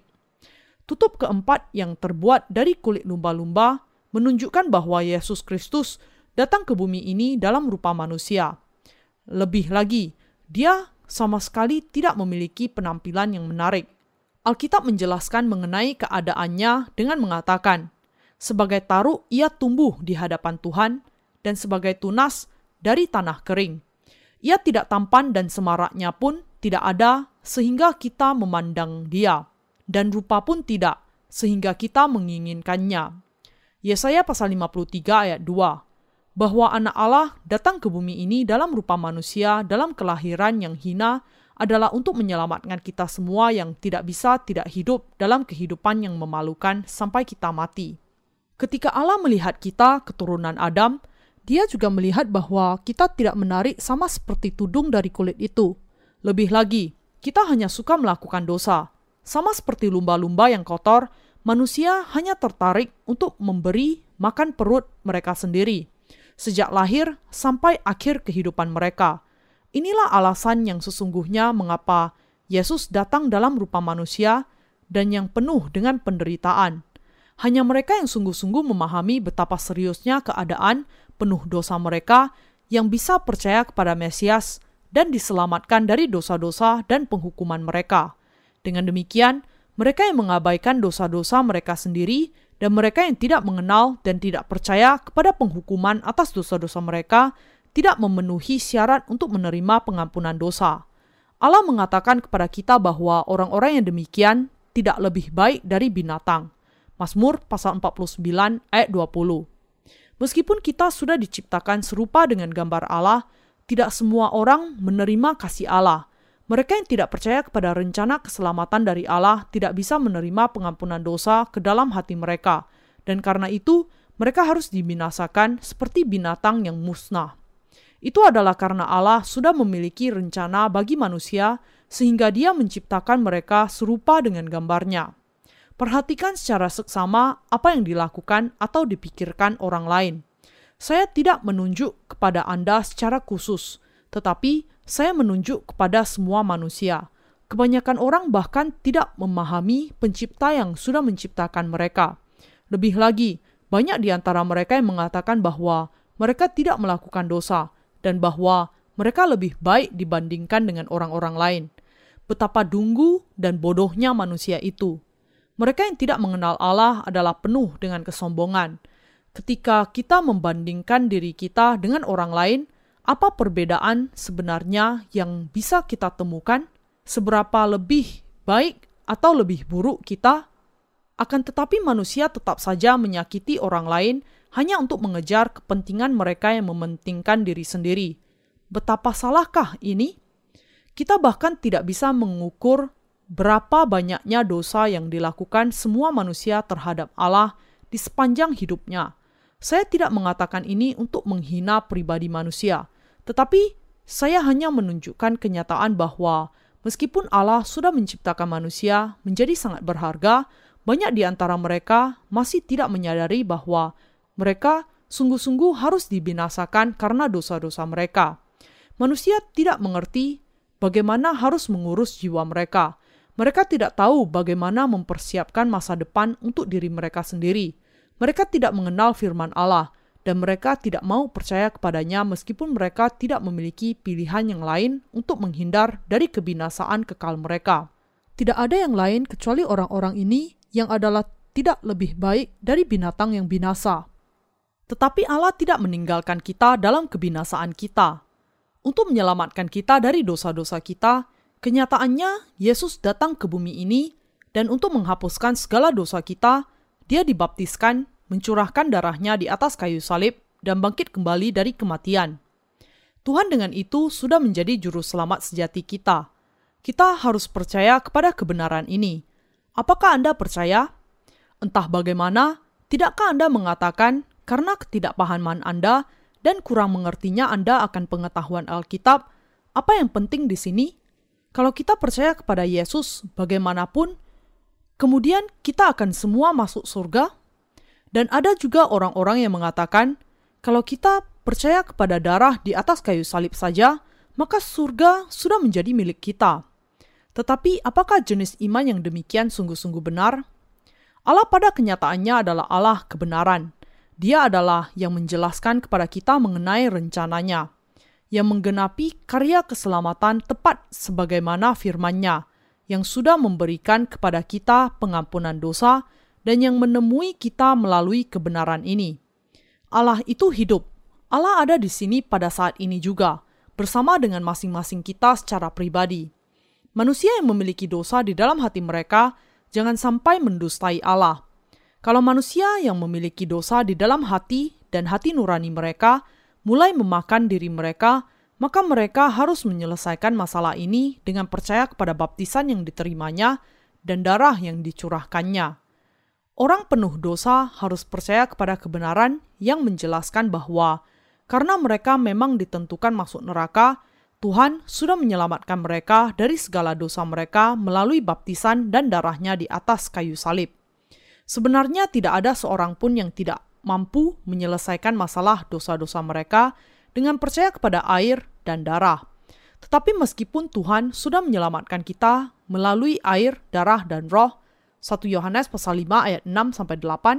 Tutup keempat yang terbuat dari kulit lumba-lumba menunjukkan bahwa Yesus Kristus datang ke bumi ini dalam rupa manusia. Lebih lagi, Dia sama sekali tidak memiliki penampilan yang menarik. Alkitab menjelaskan mengenai keadaannya dengan mengatakan, sebagai taru Ia tumbuh di hadapan Tuhan, dan sebagai tunas dari tanah kering. Ia tidak tampan dan semaraknya pun tidak ada sehingga kita memandang Dia, dan rupa pun tidak sehingga kita menginginkannya. Yesaya pasal 53 ayat 2, bahwa anak Allah datang ke bumi ini dalam rupa manusia dalam kelahiran yang hina adalah untuk menyelamatkan kita semua yang tidak bisa tidak hidup dalam kehidupan yang memalukan sampai kita mati. Ketika Allah melihat kita, keturunan Adam, Dia juga melihat bahwa kita tidak menarik sama seperti tudung dari kulit itu. Lebih lagi, kita hanya suka melakukan dosa. Sama seperti lumba-lumba yang kotor, manusia hanya tertarik untuk memberi makan perut mereka sendiri, sejak lahir sampai akhir kehidupan mereka. Inilah alasan yang sesungguhnya mengapa Yesus datang dalam rupa manusia dan yang penuh dengan penderitaan. Hanya mereka yang sungguh-sungguh memahami betapa seriusnya keadaan penuh dosa mereka yang bisa percaya kepada Mesias dan diselamatkan dari dosa-dosa dan penghukuman mereka. Dengan demikian, mereka yang mengabaikan dosa-dosa mereka sendiri dan mereka yang tidak mengenal dan tidak percaya kepada penghukuman atas dosa-dosa mereka tidak memenuhi syarat untuk menerima pengampunan dosa. Allah mengatakan kepada kita bahwa orang-orang yang demikian tidak lebih baik dari binatang. Mazmur pasal 49 ayat 20. Meskipun kita sudah diciptakan serupa dengan gambar Allah, tidak semua orang menerima kasih Allah. Mereka yang tidak percaya kepada rencana keselamatan dari Allah tidak bisa menerima pengampunan dosa ke dalam hati mereka, dan karena itu mereka harus dibinasakan seperti binatang yang musnah. Itu adalah karena Allah sudah memiliki rencana bagi manusia sehingga Dia menciptakan mereka serupa dengan gambarnya. Perhatikan secara seksama apa yang dilakukan atau dipikirkan orang lain. Saya tidak menunjuk kepada Anda secara khusus, tetapi saya menunjuk kepada semua manusia. Kebanyakan orang bahkan tidak memahami pencipta yang sudah menciptakan mereka. Lebih lagi, banyak di antara mereka yang mengatakan bahwa mereka tidak melakukan dosa dan bahwa mereka lebih baik dibandingkan dengan orang-orang lain. Betapa dunggu dan bodohnya manusia itu. Mereka yang tidak mengenal Allah adalah penuh dengan kesombongan. Ketika kita membandingkan diri kita dengan orang lain, apa perbedaan sebenarnya yang bisa kita temukan? Seberapa lebih baik atau lebih buruk kita? Akan tetapi manusia tetap saja menyakiti orang lain hanya untuk mengejar kepentingan mereka yang mementingkan diri sendiri. Betapa salahkah ini? Kita bahkan tidak bisa mengukur berapa banyaknya dosa yang dilakukan semua manusia terhadap Allah di sepanjang hidupnya. Saya tidak mengatakan ini untuk menghina pribadi manusia, tetapi saya hanya menunjukkan kenyataan bahwa meskipun Allah sudah menciptakan manusia menjadi sangat berharga, banyak di antara mereka masih tidak menyadari bahwa mereka sungguh-sungguh harus dibinasakan karena dosa-dosa mereka. Manusia tidak mengerti bagaimana harus mengurus jiwa mereka. Mereka tidak tahu bagaimana mempersiapkan masa depan untuk diri mereka sendiri. Mereka tidak mengenal firman Allah, dan mereka tidak mau percaya kepadanya meskipun mereka tidak memiliki pilihan yang lain untuk menghindar dari kebinasaan kekal mereka. Tidak ada yang lain kecuali orang-orang ini yang adalah tidak lebih baik dari binatang yang binasa. Tetapi Allah tidak meninggalkan kita dalam kebinasaan kita. Untuk menyelamatkan kita dari dosa-dosa kita, kenyataannya Yesus datang ke bumi ini, dan untuk menghapuskan segala dosa kita, Dia dibaptiskan, mencurahkan darahnya di atas kayu salib, dan bangkit kembali dari kematian. Tuhan dengan itu sudah menjadi juru selamat sejati kita. Kita harus percaya kepada kebenaran ini. Apakah Anda percaya? Entah bagaimana, tidakkah Anda mengatakan karena ketidakpahaman Anda dan kurang mengertinya Anda akan pengetahuan Alkitab, apa yang penting di sini? Kalau kita percaya kepada Yesus bagaimanapun, kemudian kita akan semua masuk surga? Dan ada juga orang-orang yang mengatakan, kalau kita percaya kepada darah di atas kayu salib saja, maka surga sudah menjadi milik kita. Tetapi apakah jenis iman yang demikian sungguh-sungguh benar? Allah pada kenyataannya adalah Allah kebenaran. Dia adalah yang menjelaskan kepada kita mengenai rencananya, yang menggenapi karya keselamatan tepat sebagaimana firman-Nya, yang sudah memberikan kepada kita pengampunan dosa dan yang menemui kita melalui kebenaran ini. Allah itu hidup. Allah ada di sini pada saat ini juga, bersama dengan masing-masing kita secara pribadi. Manusia yang memiliki dosa di dalam hati mereka jangan sampai mendustai Allah. Kalau manusia yang memiliki dosa di dalam hati dan hati nurani mereka mulai memakan diri mereka, maka mereka harus menyelesaikan masalah ini dengan percaya kepada baptisan yang diterimanya dan darah yang dicurahkannya. Orang penuh dosa harus percaya kepada kebenaran yang menjelaskan bahwa karena mereka memang ditentukan masuk neraka, Tuhan sudah menyelamatkan mereka dari segala dosa mereka melalui baptisan dan darahnya di atas kayu salib. Sebenarnya tidak ada seorang pun yang tidak mampu menyelesaikan masalah dosa-dosa mereka dengan percaya kepada air dan darah. Tetapi meskipun Tuhan sudah menyelamatkan kita melalui air, darah, dan roh, 1 Yohanes pasal 5 ayat 6-8,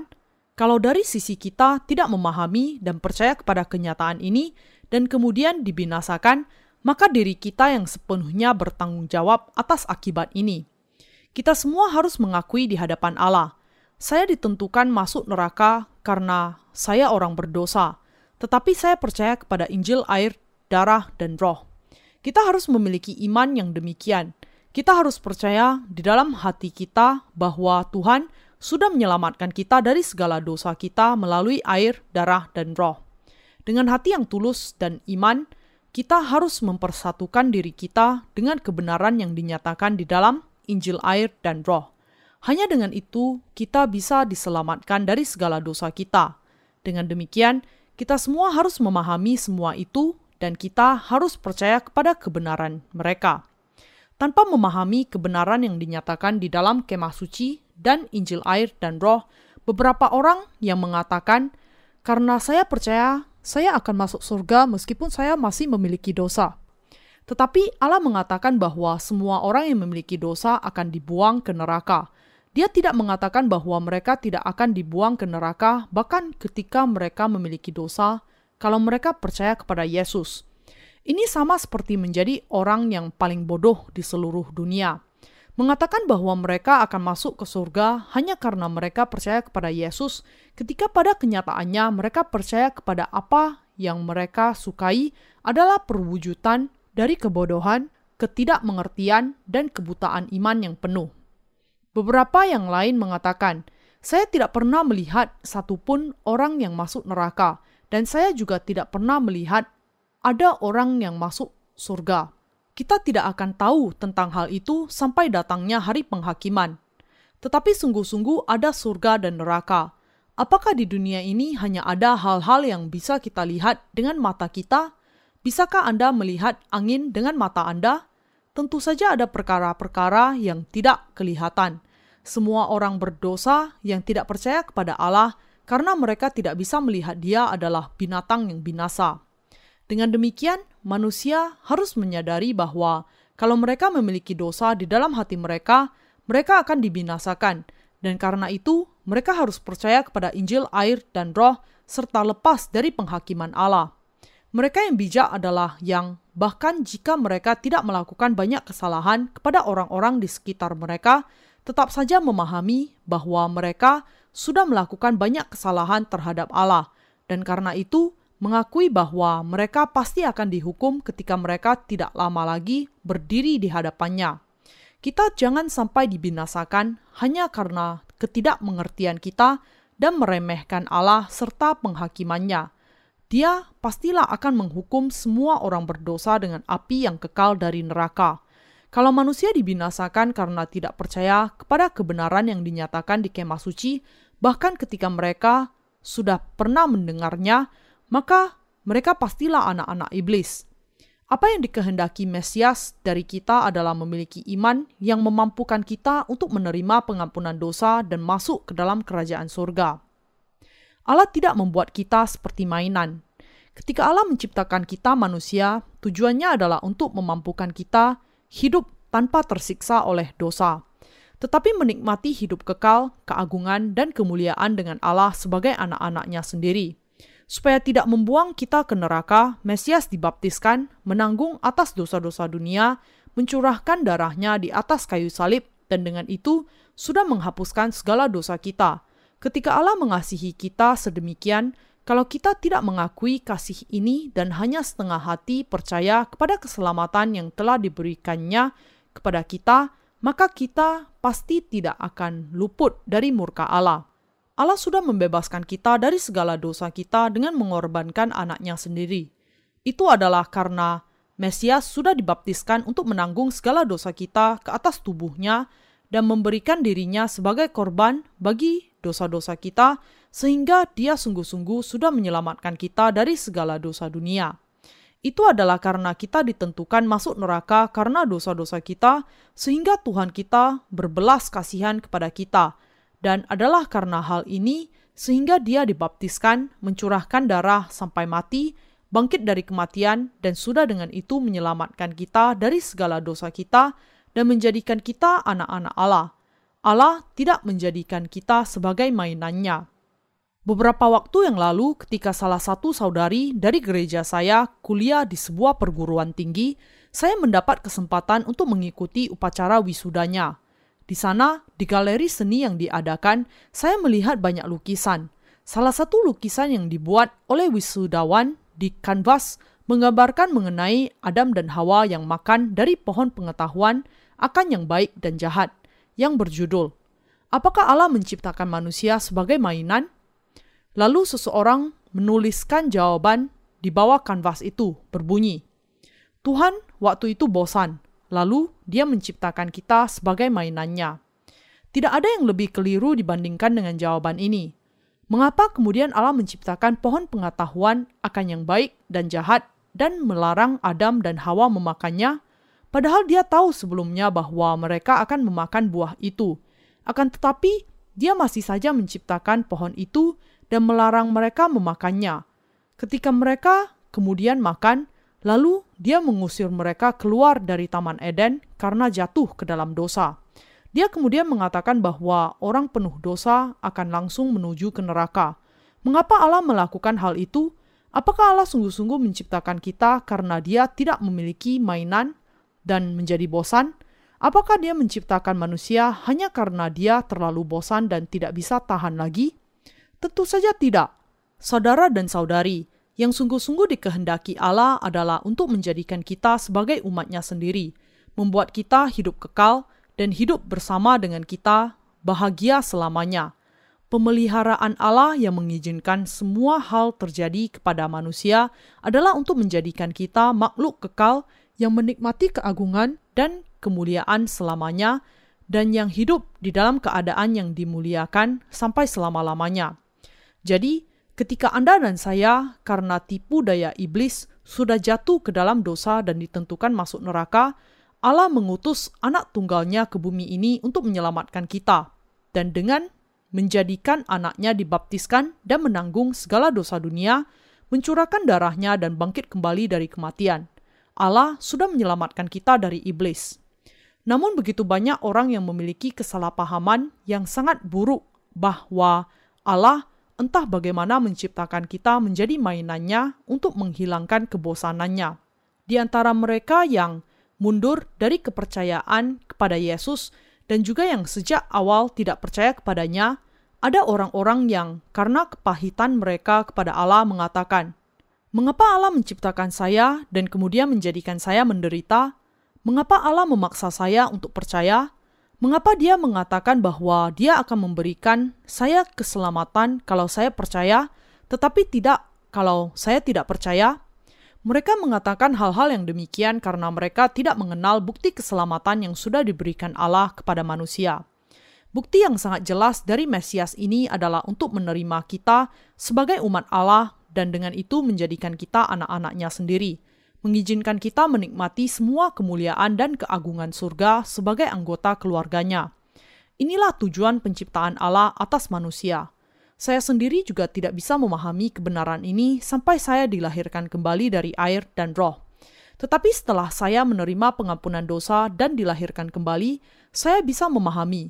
kalau dari sisi kita tidak memahami dan percaya kepada kenyataan ini dan kemudian dibinasakan, maka diri kita yang sepenuhnya bertanggung jawab atas akibat ini. Kita semua harus mengakui di hadapan Allah, saya ditentukan masuk neraka karena saya orang berdosa, tetapi saya percaya kepada Injil air, darah, dan roh. Kita harus memiliki iman yang demikian. Kita harus percaya di dalam hati kita bahwa Tuhan sudah menyelamatkan kita dari segala dosa kita melalui air, darah, dan roh. Dengan hati yang tulus dan iman, kita harus mempersatukan diri kita dengan kebenaran yang dinyatakan di dalam Injil air dan Roh. Hanya dengan itu, kita bisa diselamatkan dari segala dosa kita. Dengan demikian, kita semua harus memahami semua itu dan kita harus percaya kepada kebenaran mereka. Tanpa memahami kebenaran yang dinyatakan di dalam kemah suci dan Injil air dan Roh, beberapa orang yang mengatakan, "Karena saya percaya, saya akan masuk surga meskipun saya masih memiliki dosa." Tetapi Allah mengatakan bahwa semua orang yang memiliki dosa akan dibuang ke neraka. Dia tidak mengatakan bahwa mereka tidak akan dibuang ke neraka bahkan ketika mereka memiliki dosa kalau mereka percaya kepada Yesus. Ini sama seperti menjadi orang yang paling bodoh di seluruh dunia. Mengatakan bahwa mereka akan masuk ke surga hanya karena mereka percaya kepada Yesus ketika pada kenyataannya mereka percaya kepada apa yang mereka sukai adalah perwujudan dari kebodohan, ketidakmengertian, dan kebutaan iman yang penuh. Beberapa yang lain mengatakan, "Saya tidak pernah melihat satupun orang yang masuk neraka, dan saya juga tidak pernah melihat ada orang yang masuk surga." Kita tidak akan tahu tentang hal itu sampai datangnya hari penghakiman. Tetapi sungguh-sungguh ada surga dan neraka. Apakah di dunia ini hanya ada hal-hal yang bisa kita lihat dengan mata kita? Bisakah Anda melihat angin dengan mata Anda? Tentu saja ada perkara-perkara yang tidak kelihatan. Semua orang berdosa yang tidak percaya kepada Allah karena mereka tidak bisa melihat Dia adalah binatang yang binasa. Dengan demikian, manusia harus menyadari bahwa kalau mereka memiliki dosa di dalam hati mereka, mereka akan dibinasakan. Dan karena itu, mereka harus percaya kepada Injil, air, dan Roh serta lepas dari penghakiman Allah. Mereka yang bijak adalah yang, bahkan jika mereka tidak melakukan banyak kesalahan kepada orang-orang di sekitar mereka, tetap saja memahami bahwa mereka sudah melakukan banyak kesalahan terhadap Allah, dan karena itu mengakui bahwa mereka pasti akan dihukum ketika mereka tidak lama lagi berdiri di hadapannya. Kita jangan sampai dibinasakan hanya karena ketidakmengertian kita dan meremehkan Allah serta penghakimannya. Dia pastilah akan menghukum semua orang berdosa dengan api yang kekal dari neraka. Kalau manusia dibinasakan karena tidak percaya kepada kebenaran yang dinyatakan di kemah suci, bahkan ketika mereka sudah pernah mendengarnya, maka mereka pastilah anak-anak iblis. Apa yang dikehendaki Mesias dari kita adalah memiliki iman yang memampukan kita untuk menerima pengampunan dosa dan masuk ke dalam kerajaan surga. Allah tidak membuat kita seperti mainan. Ketika Allah menciptakan kita manusia, tujuannya adalah untuk memampukan kita hidup tanpa tersiksa oleh dosa, tetapi menikmati hidup kekal, keagungan, dan kemuliaan dengan Allah sebagai anak-anaknya sendiri. Supaya tidak membuang kita ke neraka, Mesias dibaptiskan, menanggung atas dosa-dosa dunia, mencurahkan darahnya di atas kayu salib, dan dengan itu sudah menghapuskan segala dosa kita. Ketika Allah mengasihi kita sedemikian, kalau kita tidak mengakui kasih ini dan hanya setengah hati percaya kepada keselamatan yang telah diberikannya kepada kita, maka kita pasti tidak akan luput dari murka Allah. Allah sudah membebaskan kita dari segala dosa kita dengan mengorbankan anaknya sendiri. Itu adalah karena Mesias sudah dibaptiskan untuk menanggung segala dosa kita ke atas tubuhnya dan memberikan dirinya sebagai korban bagi dosa-dosa kita, sehingga Dia sungguh-sungguh sudah menyelamatkan kita dari segala dosa dunia. Itu adalah karena kita ditentukan masuk neraka karena dosa-dosa kita, sehingga Tuhan kita berbelas kasihan kepada kita. Dan adalah karena hal ini, sehingga Dia dibaptiskan, mencurahkan darah sampai mati, bangkit dari kematian, dan sudah dengan itu menyelamatkan kita dari segala dosa kita, dan menjadikan kita anak-anak Allah. Allah tidak menjadikan kita sebagai mainannya. Beberapa waktu yang lalu, ketika salah satu saudari dari gereja saya kuliah di sebuah perguruan tinggi, saya mendapat kesempatan untuk mengikuti upacara wisudanya. Di sana, di galeri seni yang diadakan, saya melihat banyak lukisan. Salah satu lukisan yang dibuat oleh wisudawan di kanvas menggambarkan mengenai Adam dan Hawa yang makan dari pohon pengetahuan akan yang baik dan jahat, yang berjudul, "Apakah Allah menciptakan manusia sebagai mainan?" Lalu seseorang menuliskan jawaban di bawah kanvas itu, berbunyi, Tuhan waktu itu bosan, lalu Dia menciptakan kita sebagai mainannya. Tidak ada yang lebih keliru dibandingkan dengan jawaban ini. Mengapa kemudian Allah menciptakan pohon pengetahuan akan yang baik dan jahat dan melarang Adam dan Hawa memakannya? Padahal Dia tahu sebelumnya bahwa mereka akan memakan buah itu. Akan tetapi, Dia masih saja menciptakan pohon itu dan melarang mereka memakannya. Ketika mereka kemudian makan, lalu Dia mengusir mereka keluar dari Taman Eden karena jatuh ke dalam dosa. Dia kemudian mengatakan bahwa orang penuh dosa akan langsung menuju ke neraka. Mengapa Allah melakukan hal itu? Apakah Allah sungguh-sungguh menciptakan kita karena Dia tidak memiliki mainan dan menjadi bosan? Apakah Dia menciptakan manusia hanya karena dia terlalu bosan dan tidak bisa tahan lagi? Tentu saja tidak. Saudara dan saudari, yang sungguh-sungguh dikehendaki Allah adalah untuk menjadikan kita sebagai umat-Nya sendiri, membuat kita hidup kekal dan hidup bersama dengan kita bahagia selamanya. Pemeliharaan Allah yang mengizinkan semua hal terjadi kepada manusia adalah untuk menjadikan kita makhluk kekal yang menikmati keagungan dan kemuliaan selamanya dan yang hidup di dalam keadaan yang dimuliakan sampai selama-lamanya. Jadi, ketika Anda dan saya karena tipu daya iblis sudah jatuh ke dalam dosa dan ditentukan masuk neraka, Allah mengutus anak tunggalnya ke bumi ini untuk menyelamatkan kita. Dan dengan menjadikan anaknya dibaptiskan dan menanggung segala dosa dunia, mencurahkan darahnya dan bangkit kembali dari kematian. Allah sudah menyelamatkan kita dari iblis. Namun begitu banyak orang yang memiliki kesalahpahaman yang sangat buruk bahwa Allah entah bagaimana menciptakan kita menjadi mainannya untuk menghilangkan kebosanannya. Di antara mereka yang mundur dari kepercayaan kepada Yesus dan juga yang sejak awal tidak percaya kepadanya, ada orang-orang yang karena kepahitan mereka kepada Allah mengatakan, "Mengapa Allah menciptakan saya dan kemudian menjadikan saya menderita? Mengapa Allah memaksa saya untuk percaya? Mengapa Dia mengatakan bahwa Dia akan memberikan saya keselamatan kalau saya percaya, tetapi tidak kalau saya tidak percaya?" Mereka mengatakan hal-hal yang demikian karena mereka tidak mengenal bukti keselamatan yang sudah diberikan Allah kepada manusia. Bukti yang sangat jelas dari Mesias ini adalah untuk menerima kita sebagai umat Allah dan dengan itu menjadikan kita anak-anaknya sendiri, mengizinkan kita menikmati semua kemuliaan dan keagungan surga sebagai anggota keluarganya. Inilah tujuan penciptaan Allah atas manusia. Saya sendiri juga tidak bisa memahami kebenaran ini sampai saya dilahirkan kembali dari air dan roh. Tetapi setelah saya menerima pengampunan dosa dan dilahirkan kembali, saya bisa memahami.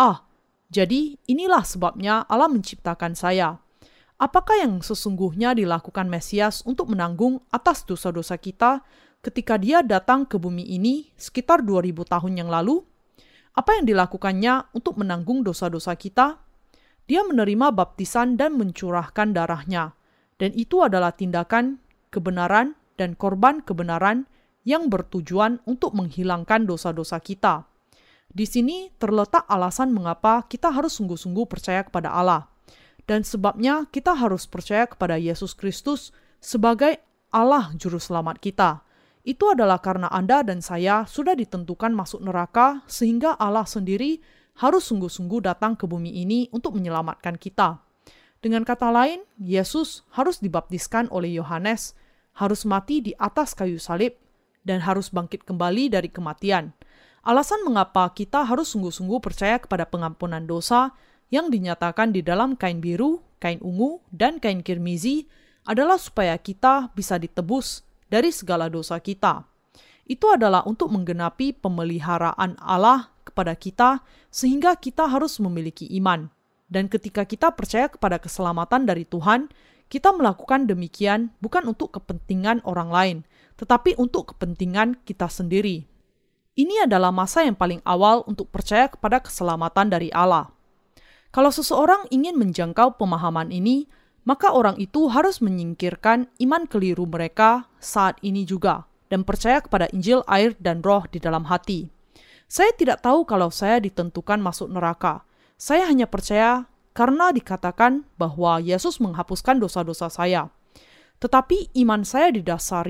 Jadi inilah sebabnya Allah menciptakan saya. Apakah yang sesungguhnya dilakukan Mesias untuk menanggung atas dosa-dosa kita ketika Dia datang ke bumi ini sekitar 2000 tahun yang lalu? Apa yang dilakukannya untuk menanggung dosa-dosa kita? Dia menerima baptisan dan mencurahkan darahnya, dan itu adalah tindakan kebenaran dan korban kebenaran yang bertujuan untuk menghilangkan dosa-dosa kita. Di sini terletak alasan mengapa kita harus sungguh-sungguh percaya kepada Allah, dan sebabnya kita harus percaya kepada Yesus Kristus sebagai Allah Juru Selamat kita. Itu adalah karena Anda dan saya sudah ditentukan masuk neraka sehingga Allah sendiri harus sungguh-sungguh datang ke bumi ini untuk menyelamatkan kita. Dengan kata lain, Yesus harus dibaptiskan oleh Yohanes, harus mati di atas kayu salib, dan harus bangkit kembali dari kematian. Alasan mengapa kita harus sungguh-sungguh percaya kepada pengampunan dosa yang dinyatakan di dalam kain biru, kain ungu, dan kain kirmizi adalah supaya kita bisa ditebus dari segala dosa kita. Itu adalah untuk menggenapi pemeliharaan Allah kepada kita sehingga kita harus memiliki iman. Dan ketika kita percaya kepada keselamatan dari Tuhan, kita melakukan demikian bukan untuk kepentingan orang lain, tetapi untuk kepentingan kita sendiri. Ini adalah masa yang paling awal untuk percaya kepada keselamatan dari Allah. Kalau seseorang ingin menjangkau pemahaman ini, maka orang itu harus menyingkirkan iman keliru mereka saat ini juga dan percaya kepada Injil air dan roh di dalam hati. Saya tidak tahu kalau saya ditentukan masuk neraka. Saya hanya percaya karena dikatakan bahwa Yesus menghapuskan dosa-dosa saya. Tetapi iman saya didasari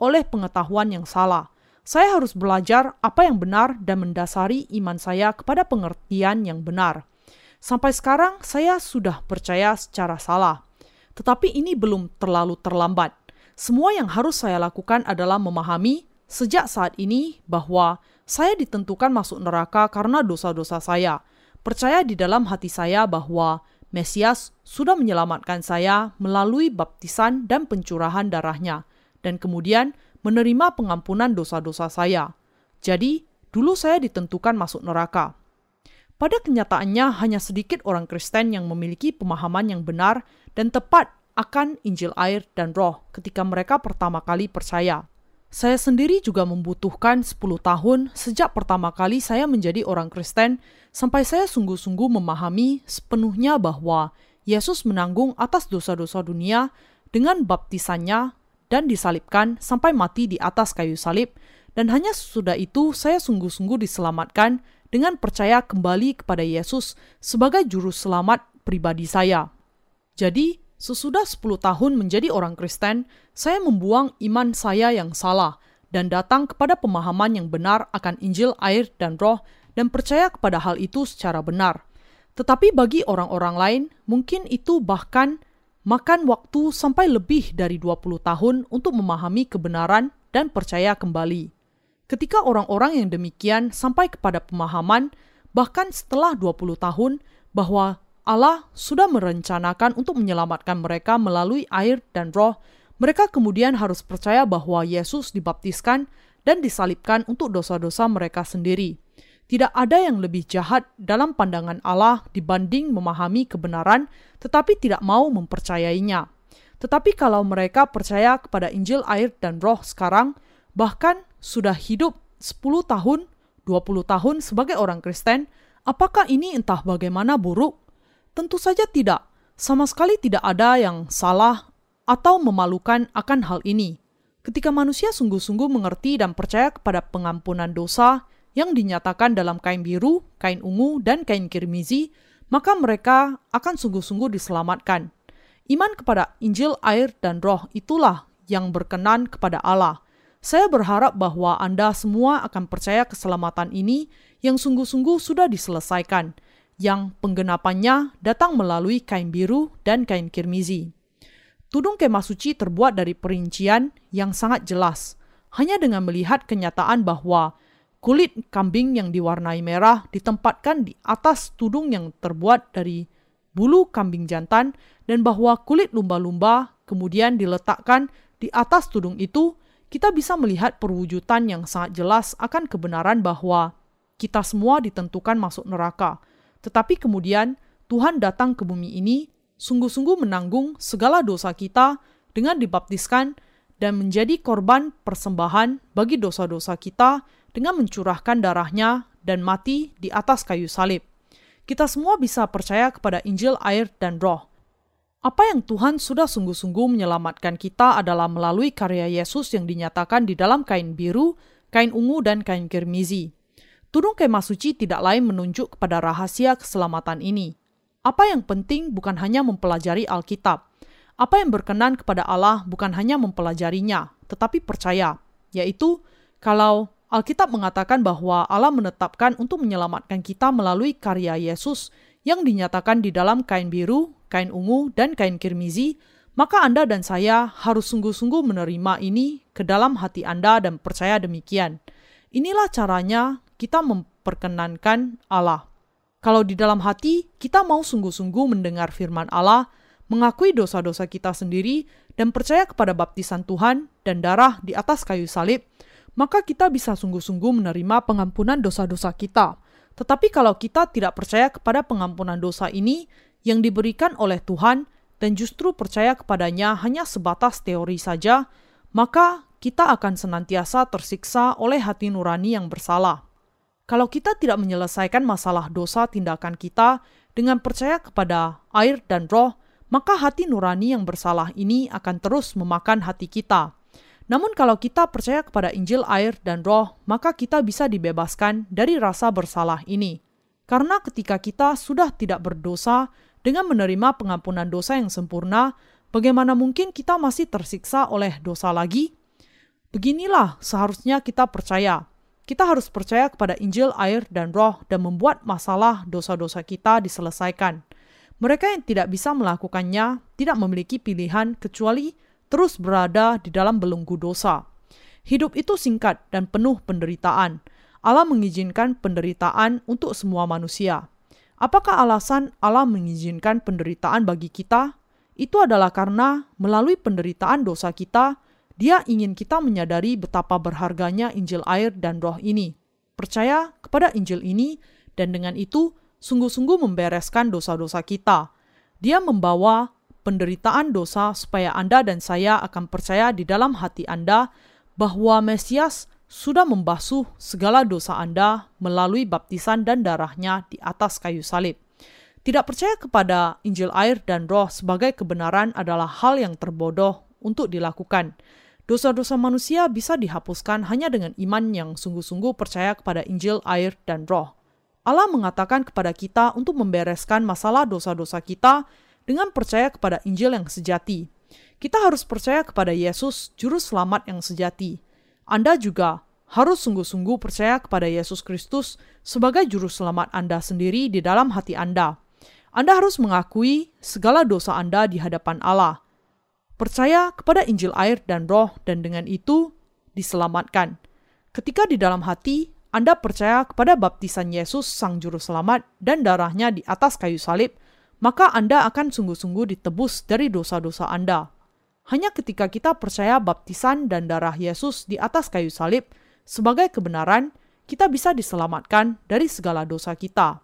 oleh pengetahuan yang salah. Saya harus belajar apa yang benar dan mendasari iman saya kepada pengertian yang benar. Sampai sekarang saya sudah percaya secara salah. Tetapi ini belum terlalu terlambat. Semua yang harus saya lakukan adalah memahami sejak saat ini bahwa saya ditentukan masuk neraka karena dosa-dosa saya. Percaya di dalam hati saya bahwa Mesias sudah menyelamatkan saya melalui baptisan dan pencurahan darahnya, dan kemudian menerima pengampunan dosa-dosa saya. Jadi, dulu saya ditentukan masuk neraka. Pada kenyataannya, hanya sedikit orang Kristen yang memiliki pemahaman yang benar dan tepat akan Injil air dan roh ketika mereka pertama kali percaya. Saya sendiri juga membutuhkan 10 tahun sejak pertama kali saya menjadi orang Kristen sampai saya sungguh-sungguh memahami sepenuhnya bahwa Yesus menanggung atas dosa-dosa dunia dengan baptisannya dan disalibkan sampai mati di atas kayu salib, dan hanya sesudah itu saya sungguh-sungguh diselamatkan dengan percaya kembali kepada Yesus sebagai juru selamat pribadi saya. Jadi, sesudah 10 tahun menjadi orang Kristen, saya membuang iman saya yang salah dan datang kepada pemahaman yang benar akan Injil air dan roh dan percaya kepada hal itu secara benar. Tetapi bagi orang-orang lain, mungkin itu bahkan makan waktu sampai lebih dari 20 tahun untuk memahami kebenaran dan percaya kembali. Ketika orang-orang yang demikian sampai kepada pemahaman, bahkan setelah 20 tahun, bahwa Allah sudah merencanakan untuk menyelamatkan mereka melalui air dan roh, mereka kemudian harus percaya bahwa Yesus dibaptiskan dan disalibkan untuk dosa-dosa mereka sendiri. Tidak ada yang lebih jahat dalam pandangan Allah dibanding memahami kebenaran tetapi tidak mau mempercayainya. Tetapi kalau mereka percaya kepada Injil air dan roh sekarang, bahkan sudah hidup 10 tahun, 20 tahun sebagai orang Kristen, apakah ini entah bagaimana buruk? Tentu saja tidak. Sama sekali tidak ada yang salah atau memalukan akan hal ini. Ketika manusia sungguh-sungguh mengerti dan percaya kepada pengampunan dosa yang dinyatakan dalam kain biru, kain ungu, dan kain kirmizi, maka mereka akan sungguh-sungguh diselamatkan. Iman kepada Injil air dan roh itulah yang berkenan kepada Allah. Saya berharap bahwa Anda semua akan percaya keselamatan ini yang sungguh-sungguh sudah diselesaikan, yang penggenapannya datang melalui kain biru dan kain kirmizi. Tudung kemah suci terbuat dari perincian yang sangat jelas. Hanya dengan melihat kenyataan bahwa kulit kambing yang diwarnai merah ditempatkan di atas tudung yang terbuat dari bulu kambing jantan, dan bahwa kulit lumba-lumba kemudian diletakkan di atas tudung itu, kita bisa melihat perwujudan yang sangat jelas akan kebenaran bahwa kita semua ditentukan masuk neraka. Tetapi kemudian Tuhan datang ke bumi ini, sungguh-sungguh menanggung segala dosa kita dengan dibaptiskan dan menjadi korban persembahan bagi dosa-dosa kita dengan mencurahkan darahnya dan mati di atas kayu salib. Kita semua bisa percaya kepada Injil air dan roh. Apa yang Tuhan sudah sungguh-sungguh menyelamatkan kita adalah melalui karya Yesus yang dinyatakan di dalam kain biru, kain ungu, dan kain kirmizi. Tudung kemah suci tidak lain menunjuk kepada rahasia keselamatan ini. Apa yang penting bukan hanya mempelajari Alkitab. Apa yang berkenan kepada Allah bukan hanya mempelajarinya, tetapi percaya. Yaitu, kalau Alkitab mengatakan bahwa Allah menetapkan untuk menyelamatkan kita melalui karya Yesus yang dinyatakan di dalam kain biru, kain ungu, dan kain kirmizi, maka Anda dan saya harus sungguh-sungguh menerima ini ke dalam hati Anda dan percaya demikian. Inilah caranya kita memperkenankan Allah. Kalau di dalam hati kita mau sungguh-sungguh mendengar firman Allah, mengakui dosa-dosa kita sendiri, dan percaya kepada baptisan Tuhan dan darah di atas kayu salib, maka kita bisa sungguh-sungguh menerima pengampunan dosa-dosa kita. Tetapi kalau kita tidak percaya kepada pengampunan dosa ini yang diberikan oleh Tuhan dan justru percaya kepadanya hanya sebatas teori saja, maka kita akan senantiasa tersiksa oleh hati nurani yang bersalah. Kalau kita tidak menyelesaikan masalah dosa tindakan kita dengan percaya kepada air dan roh, maka hati nurani yang bersalah ini akan terus memakan hati kita. Namun kalau kita percaya kepada Injil air dan roh, maka kita bisa dibebaskan dari rasa bersalah ini. Karena ketika kita sudah tidak berdosa dengan menerima pengampunan dosa yang sempurna, bagaimana mungkin kita masih tersiksa oleh dosa lagi? Beginilah seharusnya kita percaya. Kita harus percaya kepada Injil, air, dan Roh dan membuat masalah dosa-dosa kita diselesaikan. Mereka yang tidak bisa melakukannya tidak memiliki pilihan kecuali terus berada di dalam belenggu dosa. Hidup itu singkat dan penuh penderitaan. Allah mengizinkan penderitaan untuk semua manusia. Apakah alasan Allah mengizinkan penderitaan bagi kita? Itu adalah karena melalui penderitaan dosa kita, Dia ingin kita menyadari betapa berharganya Injil, air, dan Roh ini. Percaya kepada Injil ini dan dengan itu sungguh-sungguh membereskan dosa-dosa kita. Dia membawa penderitaan dosa supaya Anda dan saya akan percaya di dalam hati Anda bahwa Mesias sudah membasuh segala dosa Anda melalui baptisan dan darahnya di atas kayu salib. Tidak percaya kepada Injil, air, dan Roh sebagai kebenaran adalah hal yang terbodoh untuk dilakukan. Dosa-dosa manusia bisa dihapuskan hanya dengan iman yang sungguh-sungguh percaya kepada Injil, air, dan Roh. Allah mengatakan kepada kita untuk membereskan masalah dosa-dosa kita dengan percaya kepada Injil yang sejati. Kita harus percaya kepada Yesus, Juru Selamat yang sejati. Anda juga harus sungguh-sungguh percaya kepada Yesus Kristus sebagai Juru Selamat Anda sendiri di dalam hati Anda. Anda harus mengakui segala dosa Anda di hadapan Allah. Percaya kepada Injil, air, dan Roh dan dengan itu diselamatkan. Ketika di dalam hati Anda percaya kepada baptisan Yesus Sang Juru Selamat dan darahnya di atas kayu salib, maka Anda akan sungguh-sungguh ditebus dari dosa-dosa Anda. Hanya ketika kita percaya baptisan dan darah Yesus di atas kayu salib sebagai kebenaran, kita bisa diselamatkan dari segala dosa kita.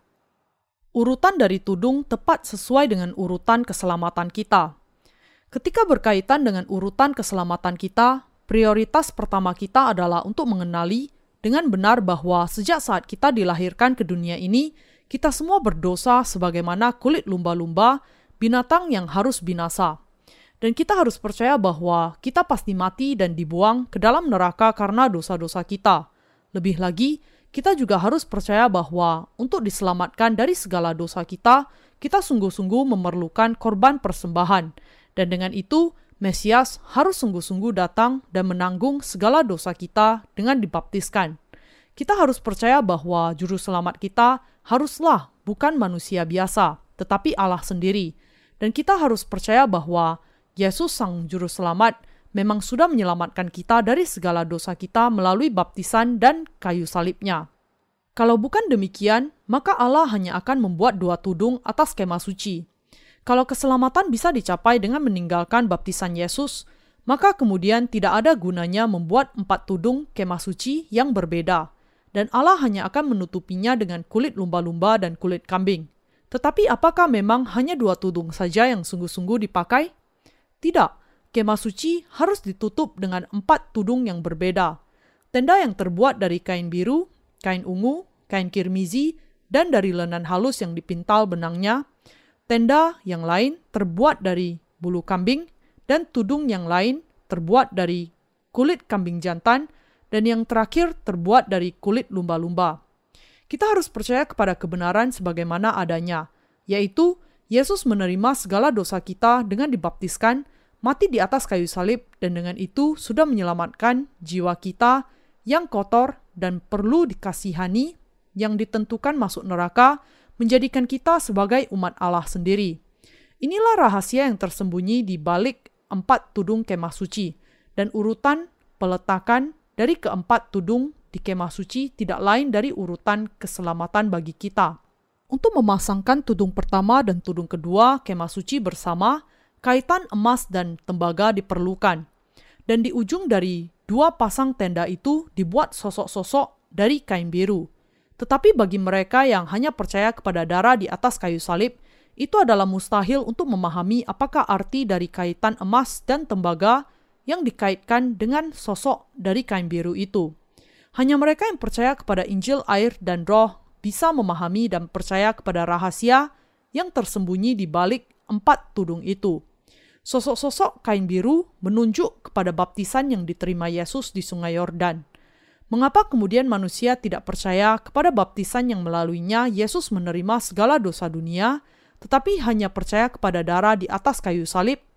Urutan dari tudung tepat sesuai dengan urutan keselamatan kita. Ketika berkaitan dengan urutan keselamatan kita, prioritas pertama kita adalah untuk mengenali dengan benar bahwa sejak saat kita dilahirkan ke dunia ini, kita semua berdosa sebagaimana kulit lumba-lumba, binatang yang harus binasa. Dan kita harus percaya bahwa kita pasti mati dan dibuang ke dalam neraka karena dosa-dosa kita. Lebih lagi, kita juga harus percaya bahwa untuk diselamatkan dari segala dosa kita sungguh-sungguh memerlukan korban persembahan. Dan dengan itu, Mesias harus sungguh-sungguh datang dan menanggung segala dosa kita dengan dibaptiskan. Kita harus percaya bahwa Juru Selamat kita haruslah bukan manusia biasa, tetapi Allah sendiri. Dan kita harus percaya bahwa Yesus Sang Juru Selamat memang sudah menyelamatkan kita dari segala dosa kita melalui baptisan dan kayu salibnya. Kalau bukan demikian, maka Allah hanya akan membuat 2 tudung atas kemah suci. Kalau keselamatan bisa dicapai dengan meninggalkan baptisan Yesus, maka kemudian tidak ada gunanya membuat 4 tudung kemah suci yang berbeda, dan Allah hanya akan menutupinya dengan kulit lumba-lumba dan kulit kambing. Tetapi apakah memang hanya 2 tudung saja yang sungguh-sungguh dipakai? Tidak, kemah suci harus ditutup dengan 4 tudung yang berbeda. Tenda yang terbuat dari kain biru, kain ungu, kain kirmizi, dan dari lenan halus yang dipintal benangnya. Tenda yang lain terbuat dari bulu kambing, dan tudung yang lain terbuat dari kulit kambing jantan, dan yang terakhir terbuat dari kulit lumba-lumba. Kita harus percaya kepada kebenaran sebagaimana adanya, yaitu Yesus menerima segala dosa kita dengan dibaptiskan, mati di atas kayu salib, dan dengan itu sudah menyelamatkan jiwa kita yang kotor dan perlu dikasihani, yang ditentukan masuk neraka, menjadikan kita sebagai umat Allah sendiri. Inilah rahasia yang tersembunyi di balik 4 tudung kemah suci, dan urutan peletakan dari keempat tudung di kemah suci tidak lain dari urutan keselamatan bagi kita. Untuk memasangkan tudung pertama dan tudung kedua kemah suci bersama, kaitan emas dan tembaga diperlukan. Dan di ujung dari 2 pasang tenda itu dibuat sosok-sosok dari kain biru. Tetapi bagi mereka yang hanya percaya kepada darah di atas kayu salib, itu adalah mustahil untuk memahami apakah arti dari kaitan emas dan tembaga yang dikaitkan dengan sosok dari kain biru itu. Hanya mereka yang percaya kepada Injil, air, dan Roh bisa memahami dan percaya kepada rahasia yang tersembunyi di balik 4 tudung itu. Sosok-sosok kain biru menunjuk kepada baptisan yang diterima Yesus di Sungai Yordan. Mengapa kemudian manusia tidak percaya kepada baptisan yang melaluinya Yesus menerima segala dosa dunia, tetapi hanya percaya kepada darah di atas kayu salib?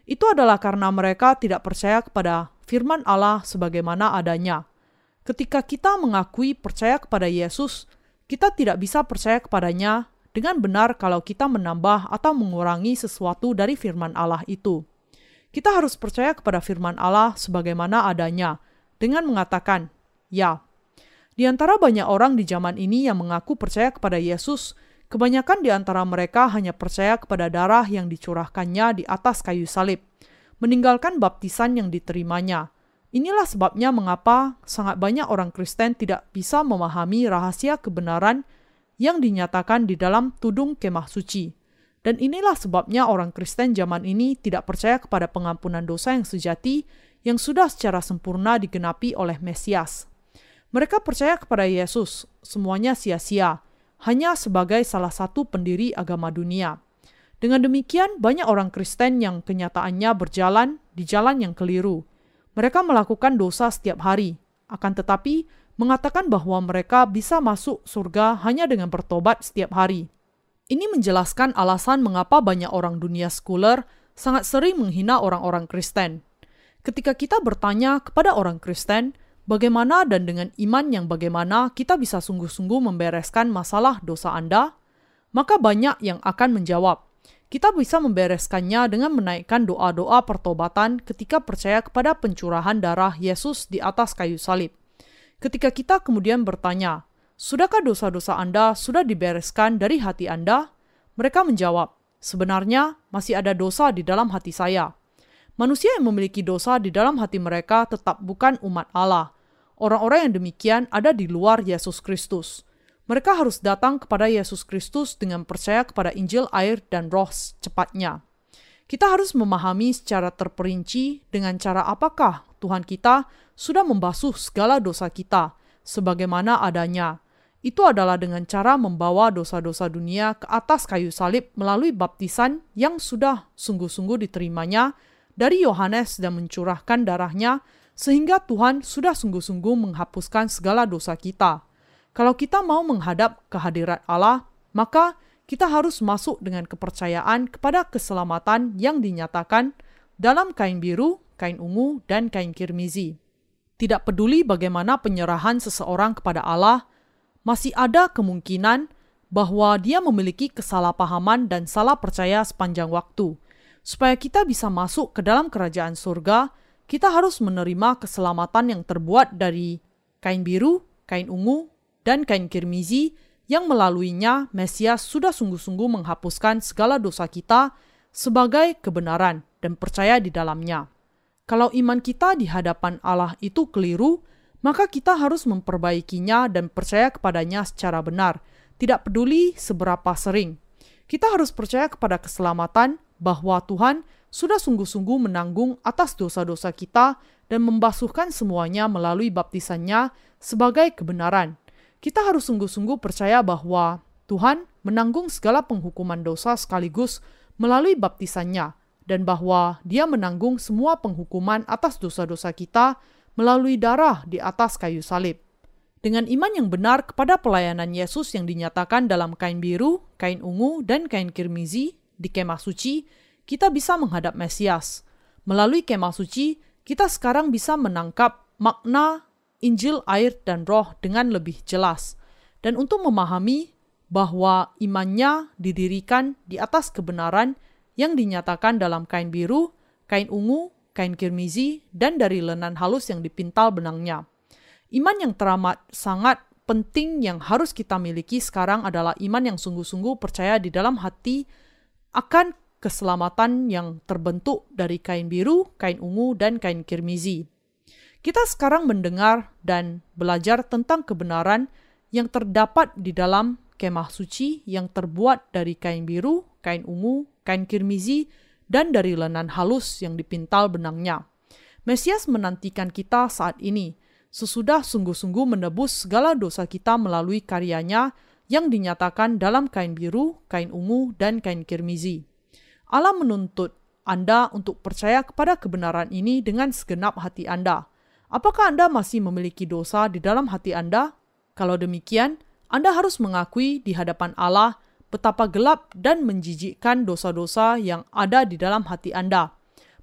Itu adalah karena mereka tidak percaya kepada firman Allah sebagaimana adanya. Ketika kita mengakui percaya kepada Yesus, kita tidak bisa percaya kepadanya dengan benar kalau kita menambah atau mengurangi sesuatu dari firman Allah itu. Kita harus percaya kepada firman Allah sebagaimana adanya, dengan mengatakan, ya. Di antara banyak orang di zaman ini yang mengaku percaya kepada Yesus, kebanyakan di antara mereka hanya percaya kepada darah yang dicurahkannya di atas kayu salib, meninggalkan baptisan yang diterimanya. Inilah sebabnya mengapa sangat banyak orang Kristen tidak bisa memahami rahasia kebenaran yang dinyatakan di dalam tudung kemah suci. Dan inilah sebabnya orang Kristen zaman ini tidak percaya kepada pengampunan dosa yang sejati yang sudah secara sempurna digenapi oleh Mesias. Mereka percaya kepada Yesus, semuanya sia-sia, hanya sebagai salah satu pendiri agama dunia. Dengan demikian, banyak orang Kristen yang kenyataannya berjalan di jalan yang keliru. Mereka melakukan dosa setiap hari, akan tetapi mengatakan bahwa mereka bisa masuk surga hanya dengan bertobat setiap hari. Ini menjelaskan alasan mengapa banyak orang dunia sekuler sangat sering menghina orang-orang Kristen. Ketika kita bertanya kepada orang Kristen, bagaimana dan dengan iman yang bagaimana kita bisa sungguh-sungguh membereskan masalah dosa Anda, maka banyak yang akan menjawab, kita bisa membereskannya dengan menaikkan doa-doa pertobatan ketika percaya kepada pencurahan darah Yesus di atas kayu salib. Ketika kita kemudian bertanya, sudahkah dosa-dosa Anda sudah dibereskan dari hati Anda? Mereka menjawab, sebenarnya masih ada dosa di dalam hati saya. Manusia yang memiliki dosa di dalam hati mereka tetap bukan umat Allah. Orang-orang yang demikian ada di luar Yesus Kristus. Mereka harus datang kepada Yesus Kristus dengan percaya kepada Injil air dan roh secepatnya. Kita harus memahami secara terperinci dengan cara apakah Tuhan kita sudah membasuh segala dosa kita sebagaimana adanya. Itu adalah dengan cara membawa dosa-dosa dunia ke atas kayu salib melalui baptisan yang sudah sungguh-sungguh diterimanya dari Yohanes dan mencurahkan darahnya sehingga Tuhan sudah sungguh-sungguh menghapuskan segala dosa kita. Kalau kita mau menghadap kehadirat Allah, maka kita harus masuk dengan kepercayaan kepada keselamatan yang dinyatakan dalam kain biru, kain ungu, dan kain kirmizi. Tidak peduli bagaimana penyerahan seseorang kepada Allah, masih ada kemungkinan bahwa dia memiliki kesalahpahaman dan salah percaya sepanjang waktu. Supaya kita bisa masuk ke dalam kerajaan surga, kita harus menerima keselamatan yang terbuat dari kain biru, kain ungu, dan kain kirmizi yang melaluinya Mesias sudah sungguh-sungguh menghapuskan segala dosa kita sebagai kebenaran dan percaya di dalamnya. Kalau iman kita di hadapan Allah itu keliru, maka kita harus memperbaikinya dan percaya kepadanya secara benar, tidak peduli seberapa sering. Kita harus percaya kepada keselamatan bahwa Tuhan sudah sungguh-sungguh menanggung atas dosa-dosa kita dan membasuhkan semuanya melalui baptisannya sebagai kebenaran. Kita harus sungguh-sungguh percaya bahwa Tuhan menanggung segala penghukuman dosa sekaligus melalui baptisannya dan bahwa Dia menanggung semua penghukuman atas dosa-dosa kita melalui darah di atas kayu salib. Dengan iman yang benar kepada pelayanan Yesus yang dinyatakan dalam kain biru, kain ungu, dan kain kirmizi di kemah suci, kita bisa menghadap Mesias. Melalui kemah suci, kita sekarang bisa menangkap makna Injil air dan roh dengan lebih jelas. Dan untuk memahami bahwa imannya didirikan di atas kebenaran yang dinyatakan dalam kain biru, kain ungu, kain kirmizi, dan dari lenan halus yang dipintal benangnya. Iman yang teramat sangat penting yang harus kita miliki sekarang adalah iman yang sungguh-sungguh percaya di dalam hati akan keselamatan yang terbentuk dari kain biru, kain ungu, dan kain kirmizi. Kita sekarang mendengar dan belajar tentang kebenaran yang terdapat di dalam kemah suci yang terbuat dari kain biru, kain ungu, kain kirmizi, dan dari lenan halus yang dipintal benangnya. Mesias menantikan kita saat ini, sesudah sungguh-sungguh menebus segala dosa kita melalui karyanya yang dinyatakan dalam kain biru, kain ungu, dan kain kirmizi. Allah menuntut Anda untuk percaya kepada kebenaran ini dengan segenap hati Anda. Apakah Anda masih memiliki dosa di dalam hati Anda? Kalau demikian, Anda harus mengakui di hadapan Allah betapa gelap dan menjijikkan dosa-dosa yang ada di dalam hati Anda.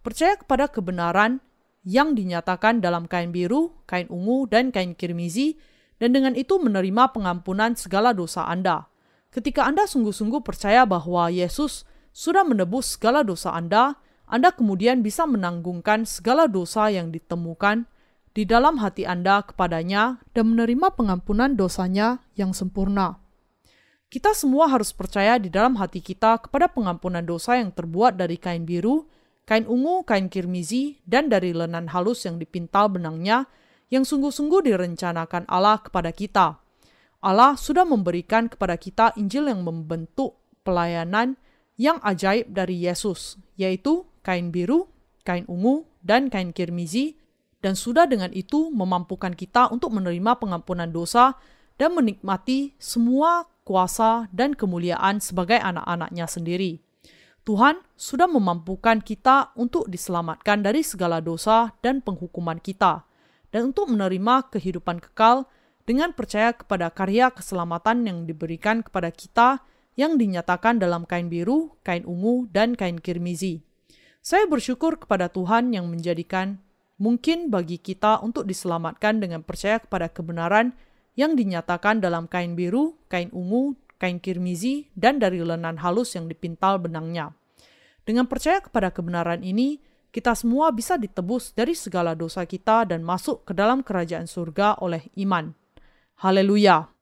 percaya kepada kebenaran yang dinyatakan dalam kain biru, kain ungu, dan kain kirmizi, dan dengan itu menerima pengampunan segala dosa Anda. Ketika Anda sungguh-sungguh percaya bahwa Yesus sudah menebus segala dosa Anda kemudian bisa menanggungkan segala dosa yang ditemukan di dalam hati Anda kepadanya dan menerima pengampunan dosanya yang sempurna. Kita semua harus percaya di dalam hati kita kepada pengampunan dosa yang terbuat dari kain biru, kain ungu, kain kirmizi, dan dari lenan halus yang dipintal benangnya yang sungguh-sungguh direncanakan Allah kepada kita. Allah sudah memberikan kepada kita Injil yang membentuk pelayanan yang ajaib dari Yesus, yaitu kain biru, kain ungu, dan kain kirmizi, dan sudah dengan itu memampukan kita untuk menerima pengampunan dosa dan menikmati semua kuasa dan kemuliaan sebagai anak-anaknya sendiri. Tuhan sudah memampukan kita untuk diselamatkan dari segala dosa dan penghukuman kita, dan untuk menerima kehidupan kekal dengan percaya kepada karya keselamatan yang diberikan kepada kita yang dinyatakan dalam kain biru, kain ungu, dan kain kirmizi. Saya bersyukur kepada Tuhan yang menjadikan mungkin bagi kita untuk diselamatkan dengan percaya kepada kebenaran yang dinyatakan dalam kain biru, kain ungu, kain kirmizi, dan dari lenan halus yang dipintal benangnya. Dengan percaya kepada kebenaran ini, kita semua bisa ditebus dari segala dosa kita dan masuk ke dalam kerajaan surga oleh iman. Haleluya!